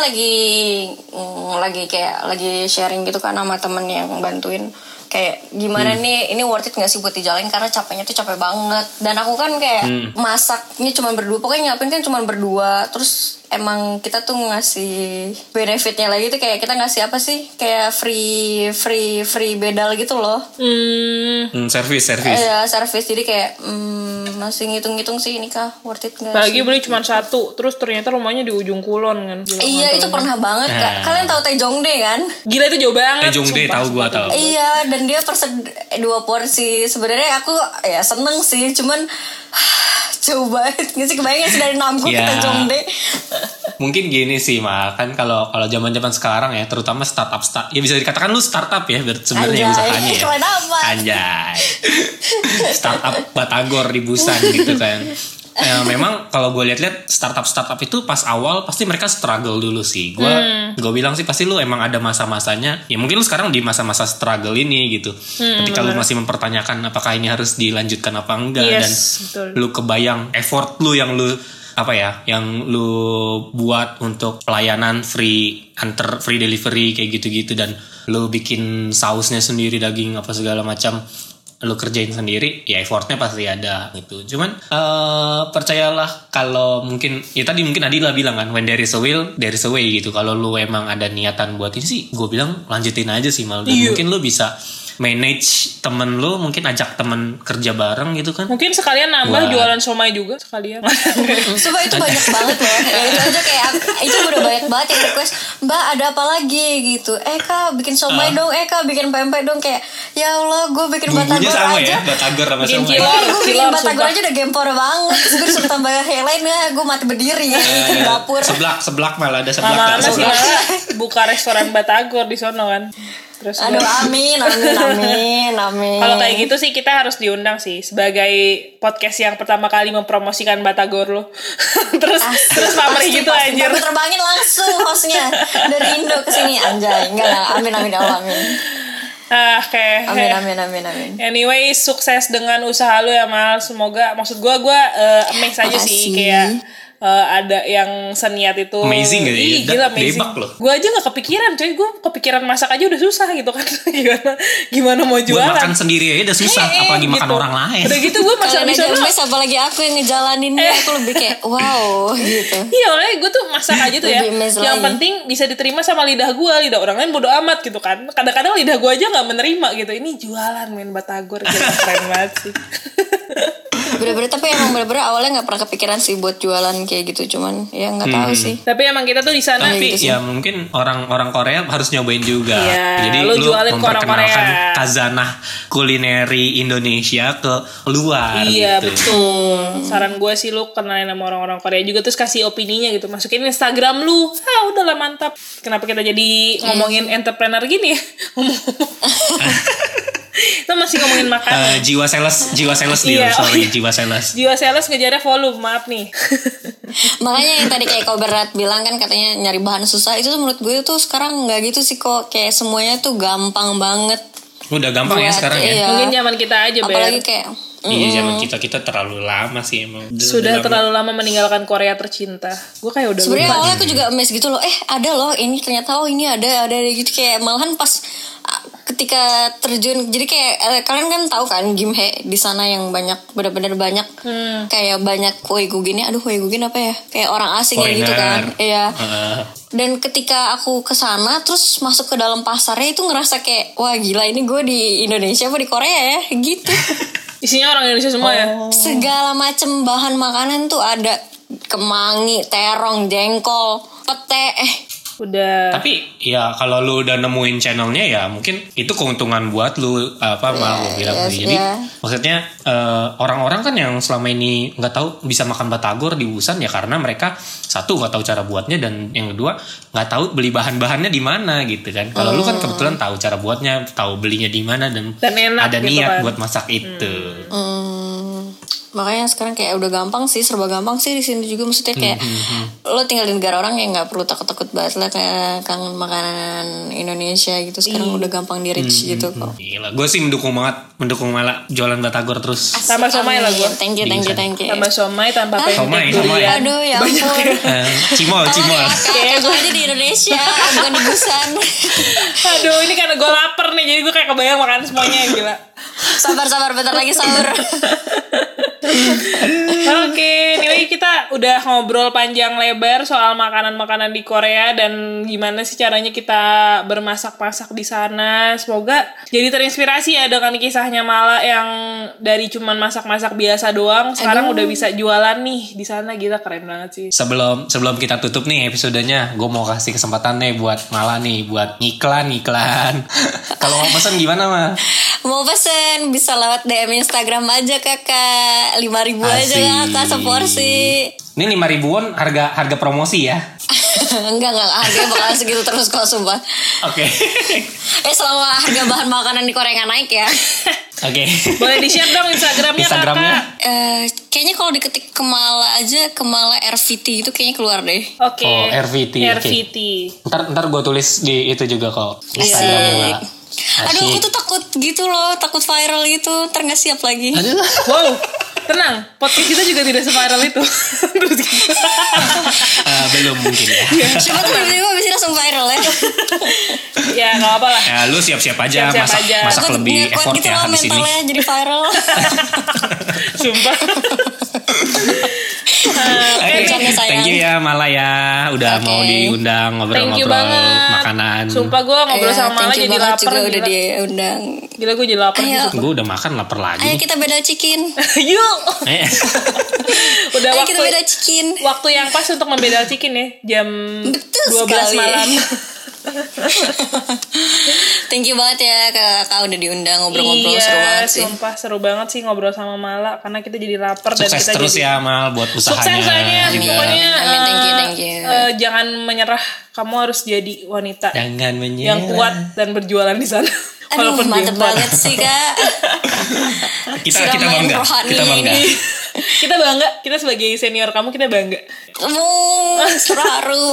Speaker 4: lagi sharing gitu kan sama temen yang bantuin kayak gimana nih, ini worth it gak sih buat dijalanin, karena capeknya tuh capek banget. Dan aku kan kayak masaknya cuma berdua, pokoknya nyiapin kan cuma berdua. Terus emang kita tuh ngasih benefitnya lagi tuh kayak kita ngasih apa sih, kayak free bedal gitu loh.
Speaker 2: Service.
Speaker 4: Iya, service. Jadi kayak masih ngitung-ngitung sih ini kah worth it gak
Speaker 3: Lagi
Speaker 4: sih?
Speaker 3: beli cuma satu, terus ternyata rumahnya di ujung kulon kan. Gila,
Speaker 4: Iya,
Speaker 3: mantap
Speaker 4: itu
Speaker 3: banget.
Speaker 4: pernah banget Kak. Kalian tahu Taejongdae kan?
Speaker 3: Gila itu jauh banget.
Speaker 2: Jongdae
Speaker 3: sumpah,
Speaker 2: tahu gue
Speaker 3: sumpah.
Speaker 2: tahu.
Speaker 4: Iya, dan dia 2 porsi. Sebenarnya aku ya seneng sih, cuman jauh banget. Nggak sih, kebayang sih dari Namco
Speaker 2: Iya.
Speaker 4: kita Taejongdae.
Speaker 2: Mungkin gini sih mal, kan kalau zaman sekarang ya, terutama startup ya bisa dikatakan lu startup ya sebenarnya
Speaker 4: Anjay,
Speaker 2: usahanya ya.
Speaker 4: keren amat.
Speaker 2: Anjay. Startup batagor di Busan gitu kan. Memang kalau gue lihat-lihat startup itu pas awal pasti mereka struggle dulu sih. Gue bilang sih pasti lu emang ada masa-masanya. Ya mungkin lu sekarang di masa-masa struggle ini gitu. Ketika lu masih mempertanyakan apakah ini harus dilanjutkan apa enggak,
Speaker 3: Yes,
Speaker 2: dan
Speaker 3: betul.
Speaker 2: lu kebayang effort lu yang lu buat untuk pelayanan free delivery kayak gitu-gitu, dan lu bikin sausnya sendiri, daging apa segala macam lu kerjain sendiri, ya effortnya pasti ada gitu. Cuman percayalah, kalau mungkin ya tadi mungkin Adila bilang kan, when there is a will there is a way gitu. Kalau lu emang ada niatan buat ini sih, gue bilang lanjutin aja sih mal. Dan mungkin lu bisa manage temen lu, mungkin ajak temen kerja bareng gitu kan.
Speaker 3: Mungkin sekalian nambah jualan somai juga sekalian.
Speaker 4: Coba itu banyak banget loh. Ya itu aja kayak itu udah banyak banget yang request, "Mbak, ada apa lagi?" gitu. Kak bikin somai dong, Kak bikin pempek dong. Kayak ya Allah, gue bikin
Speaker 2: Bumbunya
Speaker 4: batagor
Speaker 2: sama
Speaker 4: aja.
Speaker 2: ya, batagor sama
Speaker 3: Bikin
Speaker 2: somai.
Speaker 3: cilor.
Speaker 4: Gue bikin batagor
Speaker 3: sumpah.
Speaker 4: aja udah gempor banget. Terus gue disuruh tambah yang lain, gue mati berdiri ya di dapur.
Speaker 2: Seblak malah ada seblak.
Speaker 3: Lama-lama
Speaker 2: tak
Speaker 3: sih
Speaker 2: seblak.
Speaker 3: Lala buka restoran batagor di sono kan. Terus
Speaker 4: Aduh, amin.
Speaker 3: kalau kayak gitu sih kita harus diundang sih sebagai podcast yang pertama kali mempromosikan batagor lo. terus pamrih gitu
Speaker 4: pasti.
Speaker 3: anjir.
Speaker 4: Gue terbangin langsung hostnya dari Indo ke sini, anjay. Enggak lah, amin Allah, amin.
Speaker 3: Oke.
Speaker 4: Amin.
Speaker 3: Anyway, sukses dengan usaha lu ya Mal. Semoga, maksud gue amazed aja sih,
Speaker 4: Makasih.
Speaker 3: kayak ada yang seniat itu.
Speaker 2: Amazing gitu ya?
Speaker 3: Ih, gila amazing.
Speaker 2: Debak loh.
Speaker 3: Gue aja gak kepikiran coy. Gue kepikiran masak aja udah susah gitu kan. Gimana mau
Speaker 2: Buat
Speaker 3: jualan.
Speaker 2: makan sendiri aja udah susah, apalagi makan
Speaker 3: gitu.
Speaker 2: orang lain.
Speaker 3: Udah gitu gue masak
Speaker 4: Kalian
Speaker 3: di
Speaker 4: aja
Speaker 3: sana.
Speaker 4: amazed, apalagi aku yang ngejalaninnya, aku lebih kayak wow gitu.
Speaker 3: Iya, makanya gue tuh masak aja tuh ya.
Speaker 4: Lebih amazed
Speaker 3: Yang
Speaker 4: lagi.
Speaker 3: penting bisa diterima sama lidah gue. Lidah orang lain bodo amat gitu kan. Kadang-kadang lidah gue aja gak menerima gitu. Ini jualan men batagor gitu. Keren banget sih.
Speaker 4: Bener-bener, tapi emang bener-bener awalnya gak pernah kepikiran sih buat jualan kayak gitu. Cuman ya gak tahu sih.
Speaker 3: Tapi emang kita tuh di sana
Speaker 2: Tapi
Speaker 4: gitu sih.
Speaker 2: ya mungkin orang Korea harus nyobain juga.
Speaker 3: Iya,
Speaker 2: Jadi
Speaker 3: lu
Speaker 2: lu
Speaker 3: jualin ke orang
Speaker 2: memperkenalkan
Speaker 3: Korea.
Speaker 2: khazanah kulineri Indonesia ke luar.
Speaker 3: Iya
Speaker 2: gitu.
Speaker 3: betul. Saran gue sih lu kenalin sama orang-orang Korea juga, terus kasih opininya gitu. Masukin Instagram lu. Udahlah mantap. Kenapa kita jadi ngomongin entrepreneur gini ya? Ngomong-ngomong. Kita masih ngomongin makanan.
Speaker 2: Jiwa sales dia,
Speaker 3: Iya,
Speaker 2: sorry, jiwa sales.
Speaker 3: Jiwa sales ngejarnya volume, maaf nih.
Speaker 4: Makanya yang tadi kayak kau berat bilang kan, katanya nyari bahan susah. Itu tuh menurut gue tuh sekarang gak gitu sih kok. Kayak semuanya tuh gampang banget.
Speaker 2: Udah gampang ya
Speaker 4: Buat-
Speaker 2: sekarang ya.
Speaker 4: iya.
Speaker 3: Mungkin zaman kita aja, Ber.
Speaker 4: Apalagi kayak
Speaker 2: Iya, zaman kita terlalu lama sih emang.
Speaker 3: Sudah
Speaker 2: Udah
Speaker 3: terlalu lama meninggalkan Korea tercinta. Gue kayak udah
Speaker 4: sebenarnya
Speaker 3: lupa.
Speaker 4: awalnya aku juga amazed gitu loh. Ada loh ini, ternyata ini ada gitu, kayak malahan pas ketika terjun, jadi kayak kalian kan tahu kan Gimhae di sana yang banyak, benar-benar banyak kayak banyak Uegugin, aduh Uegugin apa ya, kayak orang asing ya gitu kan.
Speaker 2: Foreigner.
Speaker 4: Iya. Dan ketika aku kesana terus masuk ke dalam pasarnya itu ngerasa kayak wah gila, ini gue di Indonesia apa di Korea ya gitu.
Speaker 3: Isinya orang Indonesia semua ya.
Speaker 4: Segala macam bahan makanan tuh ada, kemangi, terong, jengkol, pete.
Speaker 3: Udah.
Speaker 2: Tapi ya kalau lu udah nemuin channelnya ya mungkin itu keuntungan buat lu, mau gue bilang. Jadi maksudnya orang-orang kan yang selama ini nggak tahu bisa makan batagor di Busan ya karena mereka satu nggak tahu cara buatnya, dan yang kedua nggak tahu beli bahan-bahannya di mana gitu kan. Kalau lu kan kebetulan tahu cara buatnya, tahu belinya di mana, dan
Speaker 3: enak
Speaker 2: ada
Speaker 3: gitu
Speaker 2: niat
Speaker 3: kan.
Speaker 2: buat masak itu.
Speaker 4: Makanya sekarang kayak udah gampang sih, serba gampang sih di sini juga. Maksudnya kayak lo tinggal di negara orang yang nggak perlu takut-takut banget lah kayak kangen makanan Indonesia gitu. Sekarang udah gampang di reach gitu kok.
Speaker 2: Gila, gue sih mendukung malah jualan batagor terus.
Speaker 3: Tambah somai lah gue.
Speaker 4: Thank you.
Speaker 3: Tambah somai tanpa
Speaker 2: Somai.
Speaker 3: durian.
Speaker 4: Aduh ya ampun.
Speaker 2: Cimol.
Speaker 4: Kayak gue aja di Indonesia, bukan di Busan.
Speaker 3: Aduh, ini karena gue lapar nih, jadi gue kayak kebayang makan semuanya, gila.
Speaker 4: Sabar, bentar lagi sahur.
Speaker 3: Oke, anyway kita udah ngobrol panjang lebar soal makanan-makanan di Korea dan gimana sih caranya kita bermasak-masak di sana. Semoga jadi terinspirasi ya dengan kisahnya Mala yang dari cuman masak-masak biasa doang sekarang udah bisa jualan nih di sana. Gila, keren banget sih.
Speaker 2: Sebelum kita tutup nih episodenya, gue mau kasih kesempatan nih buat Mala nih buat iklan. Kalau mau pesan gimana Mal?
Speaker 4: Mau pesen bisa lewat DM Instagram aja kakak. 5.000 aja kakak seporsi.
Speaker 2: Ini 5.000-an harga promosi ya.
Speaker 4: Enggak harganya bakal segitu terus kok sumpah.
Speaker 2: Oke.
Speaker 4: Selama harga bahan makanan di Korea nggak naik ya.
Speaker 2: Oke.
Speaker 3: Boleh di-share dong Instagramnya
Speaker 2: Instagramnya?
Speaker 3: kakak.
Speaker 4: Kayaknya kalau diketik Kemala aja, Kemala RVT itu kayaknya keluar deh.
Speaker 3: Oke.
Speaker 2: Oh, RVT, oke.
Speaker 3: RVT.
Speaker 2: Ntar gue tulis di itu juga kok. Instagramnya Mala.
Speaker 4: Aduh, aku
Speaker 2: Asik.
Speaker 4: tuh takut takut viral gitu, ntar nggak siap lagi.
Speaker 3: Wow, tenang. Podcast kita juga tidak se-viral itu. Terus gitu.
Speaker 2: Belum mungkin ya.
Speaker 4: Siapa tuh tiba-tiba abis ini langsung viral ya.
Speaker 3: Ya nggak apa lah.
Speaker 2: Ya lu siap-siap aja,
Speaker 3: Siap-siap aja.
Speaker 2: masak
Speaker 4: Takut
Speaker 2: lebih
Speaker 4: nggak kuat
Speaker 2: effort
Speaker 4: gitu
Speaker 2: ya
Speaker 4: loh
Speaker 2: habis ini.
Speaker 4: mentalnya jadi viral.
Speaker 3: Sumpah.
Speaker 4: Bercanda sayang.
Speaker 2: Thank you ya Mala ya, udah mau diundang
Speaker 3: Thank you
Speaker 2: ngobrol-ngobrol
Speaker 3: banget.
Speaker 2: makanan.
Speaker 3: Sumpah gue ngobrol
Speaker 4: Iya,
Speaker 3: sama Mala
Speaker 4: thank you
Speaker 3: jadi
Speaker 4: banget
Speaker 3: lapar.
Speaker 4: juga
Speaker 3: Gila.
Speaker 4: udah diundang.
Speaker 3: Gila gue jadi lapar.
Speaker 4: Ayo.
Speaker 2: Gue udah makan, lapar lagi.
Speaker 4: Ayo kita beda chicken.
Speaker 3: Yuk. Udah
Speaker 4: Ayo
Speaker 3: waktu
Speaker 4: kita beda chicken.
Speaker 3: waktu yang pas untuk membedal chicken ya. Jam
Speaker 4: Betul
Speaker 3: 12
Speaker 4: sekali.
Speaker 3: malam.
Speaker 4: Thank you banget ya kakak udah diundang ngobrol-ngobrol,
Speaker 3: Iya,
Speaker 4: seru banget sih.
Speaker 3: sumpah seru banget sih ngobrol sama Mala karena kita jadi lapar dan
Speaker 2: Sukses
Speaker 3: kita
Speaker 2: terus
Speaker 3: jadi
Speaker 2: ya Mal buat usahanya.
Speaker 3: sukses aja
Speaker 2: juga.
Speaker 3: pokoknya.
Speaker 4: Amin, thank you.
Speaker 3: Jangan menyerah, kamu harus jadi wanita
Speaker 2: Jangan menyerah.
Speaker 3: yang kuat dan berjualan di sana.
Speaker 4: Aduh,
Speaker 3: Walaupun
Speaker 4: mantep
Speaker 3: bengkok.
Speaker 4: banget sih kak.
Speaker 2: Kita
Speaker 4: Siraman
Speaker 2: bangga.
Speaker 4: rohani
Speaker 2: Kita bangga.
Speaker 4: ini.
Speaker 3: Kita bangga, kita sebagai senior kamu kita bangga.
Speaker 4: Seraru.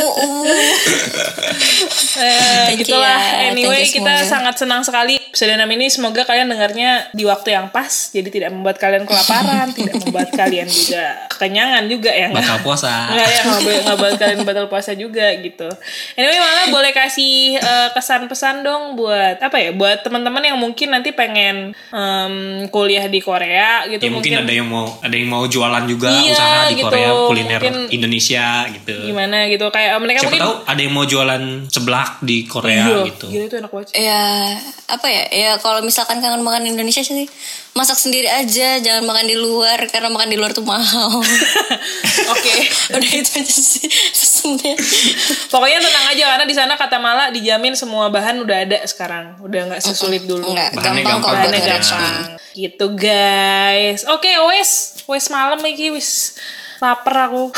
Speaker 4: Thank you
Speaker 3: Gitulah.
Speaker 4: ya.
Speaker 3: Anyway,
Speaker 4: Thank you
Speaker 3: kita
Speaker 4: semuanya.
Speaker 3: sangat senang sekali episode 6 ini. Semoga kalian dengarnya di waktu yang pas, jadi tidak membuat kalian kelaparan, tidak membuat kalian juga kekenyangan juga ya.
Speaker 1: Batal puasa.
Speaker 3: Nggak ya, nggak buat kalian batal puasa juga gitu. Anyway, malah boleh kasih kesan pesan dong buat apa ya, buat teman-teman yang mungkin nanti pengen kuliah di Korea gitu.
Speaker 1: Ya mungkin ada yang mau jualan juga,
Speaker 3: Iya,
Speaker 1: usaha di
Speaker 3: gitu.
Speaker 1: Korea, kuliner
Speaker 3: Mungkin
Speaker 1: Indonesia gitu.
Speaker 3: gimana gitu, kayak mereka
Speaker 1: Siapa
Speaker 3: mungkin
Speaker 1: tahu ada yang mau jualan seblak di Korea
Speaker 3: Iya,
Speaker 1: gitu.
Speaker 3: gila itu enak banget sih.
Speaker 4: Ya apa ya? Ya kalau misalkan kangen makan Indonesia sih, masak sendiri aja, jangan makan di luar karena makan di luar tuh mahal.
Speaker 3: Oke.
Speaker 4: Udah itu aja sih pesennya.
Speaker 3: Pokoknya tenang aja karena di sana kata Mala dijamin semua bahan udah ada sekarang. Udah nggak sesulit dulu.
Speaker 4: Enggak,
Speaker 1: Bahannya
Speaker 4: gampang kok
Speaker 1: gampang.
Speaker 4: buat
Speaker 3: Bahannya
Speaker 4: nge-reach.
Speaker 3: gampang. Gitu guys. Oke, wes malam lagi wes. Laper aku.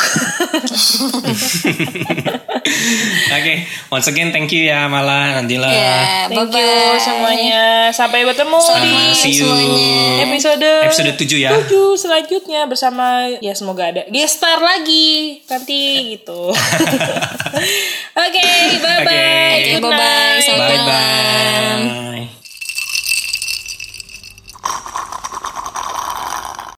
Speaker 1: Oke, once again thank you ya Mala, Nadila.
Speaker 4: Ya,
Speaker 3: Thank
Speaker 4: bye-bye.
Speaker 3: you semuanya. Sampai bertemu di
Speaker 1: See you
Speaker 3: episode
Speaker 1: 7 ya.
Speaker 3: 7 selanjutnya bersama ya semoga ada guest star lagi nanti gitu. Oke, bye bye.
Speaker 1: Oke.
Speaker 4: Oke, bye-bye. Selamat
Speaker 1: Bye
Speaker 4: malam.
Speaker 1: bye.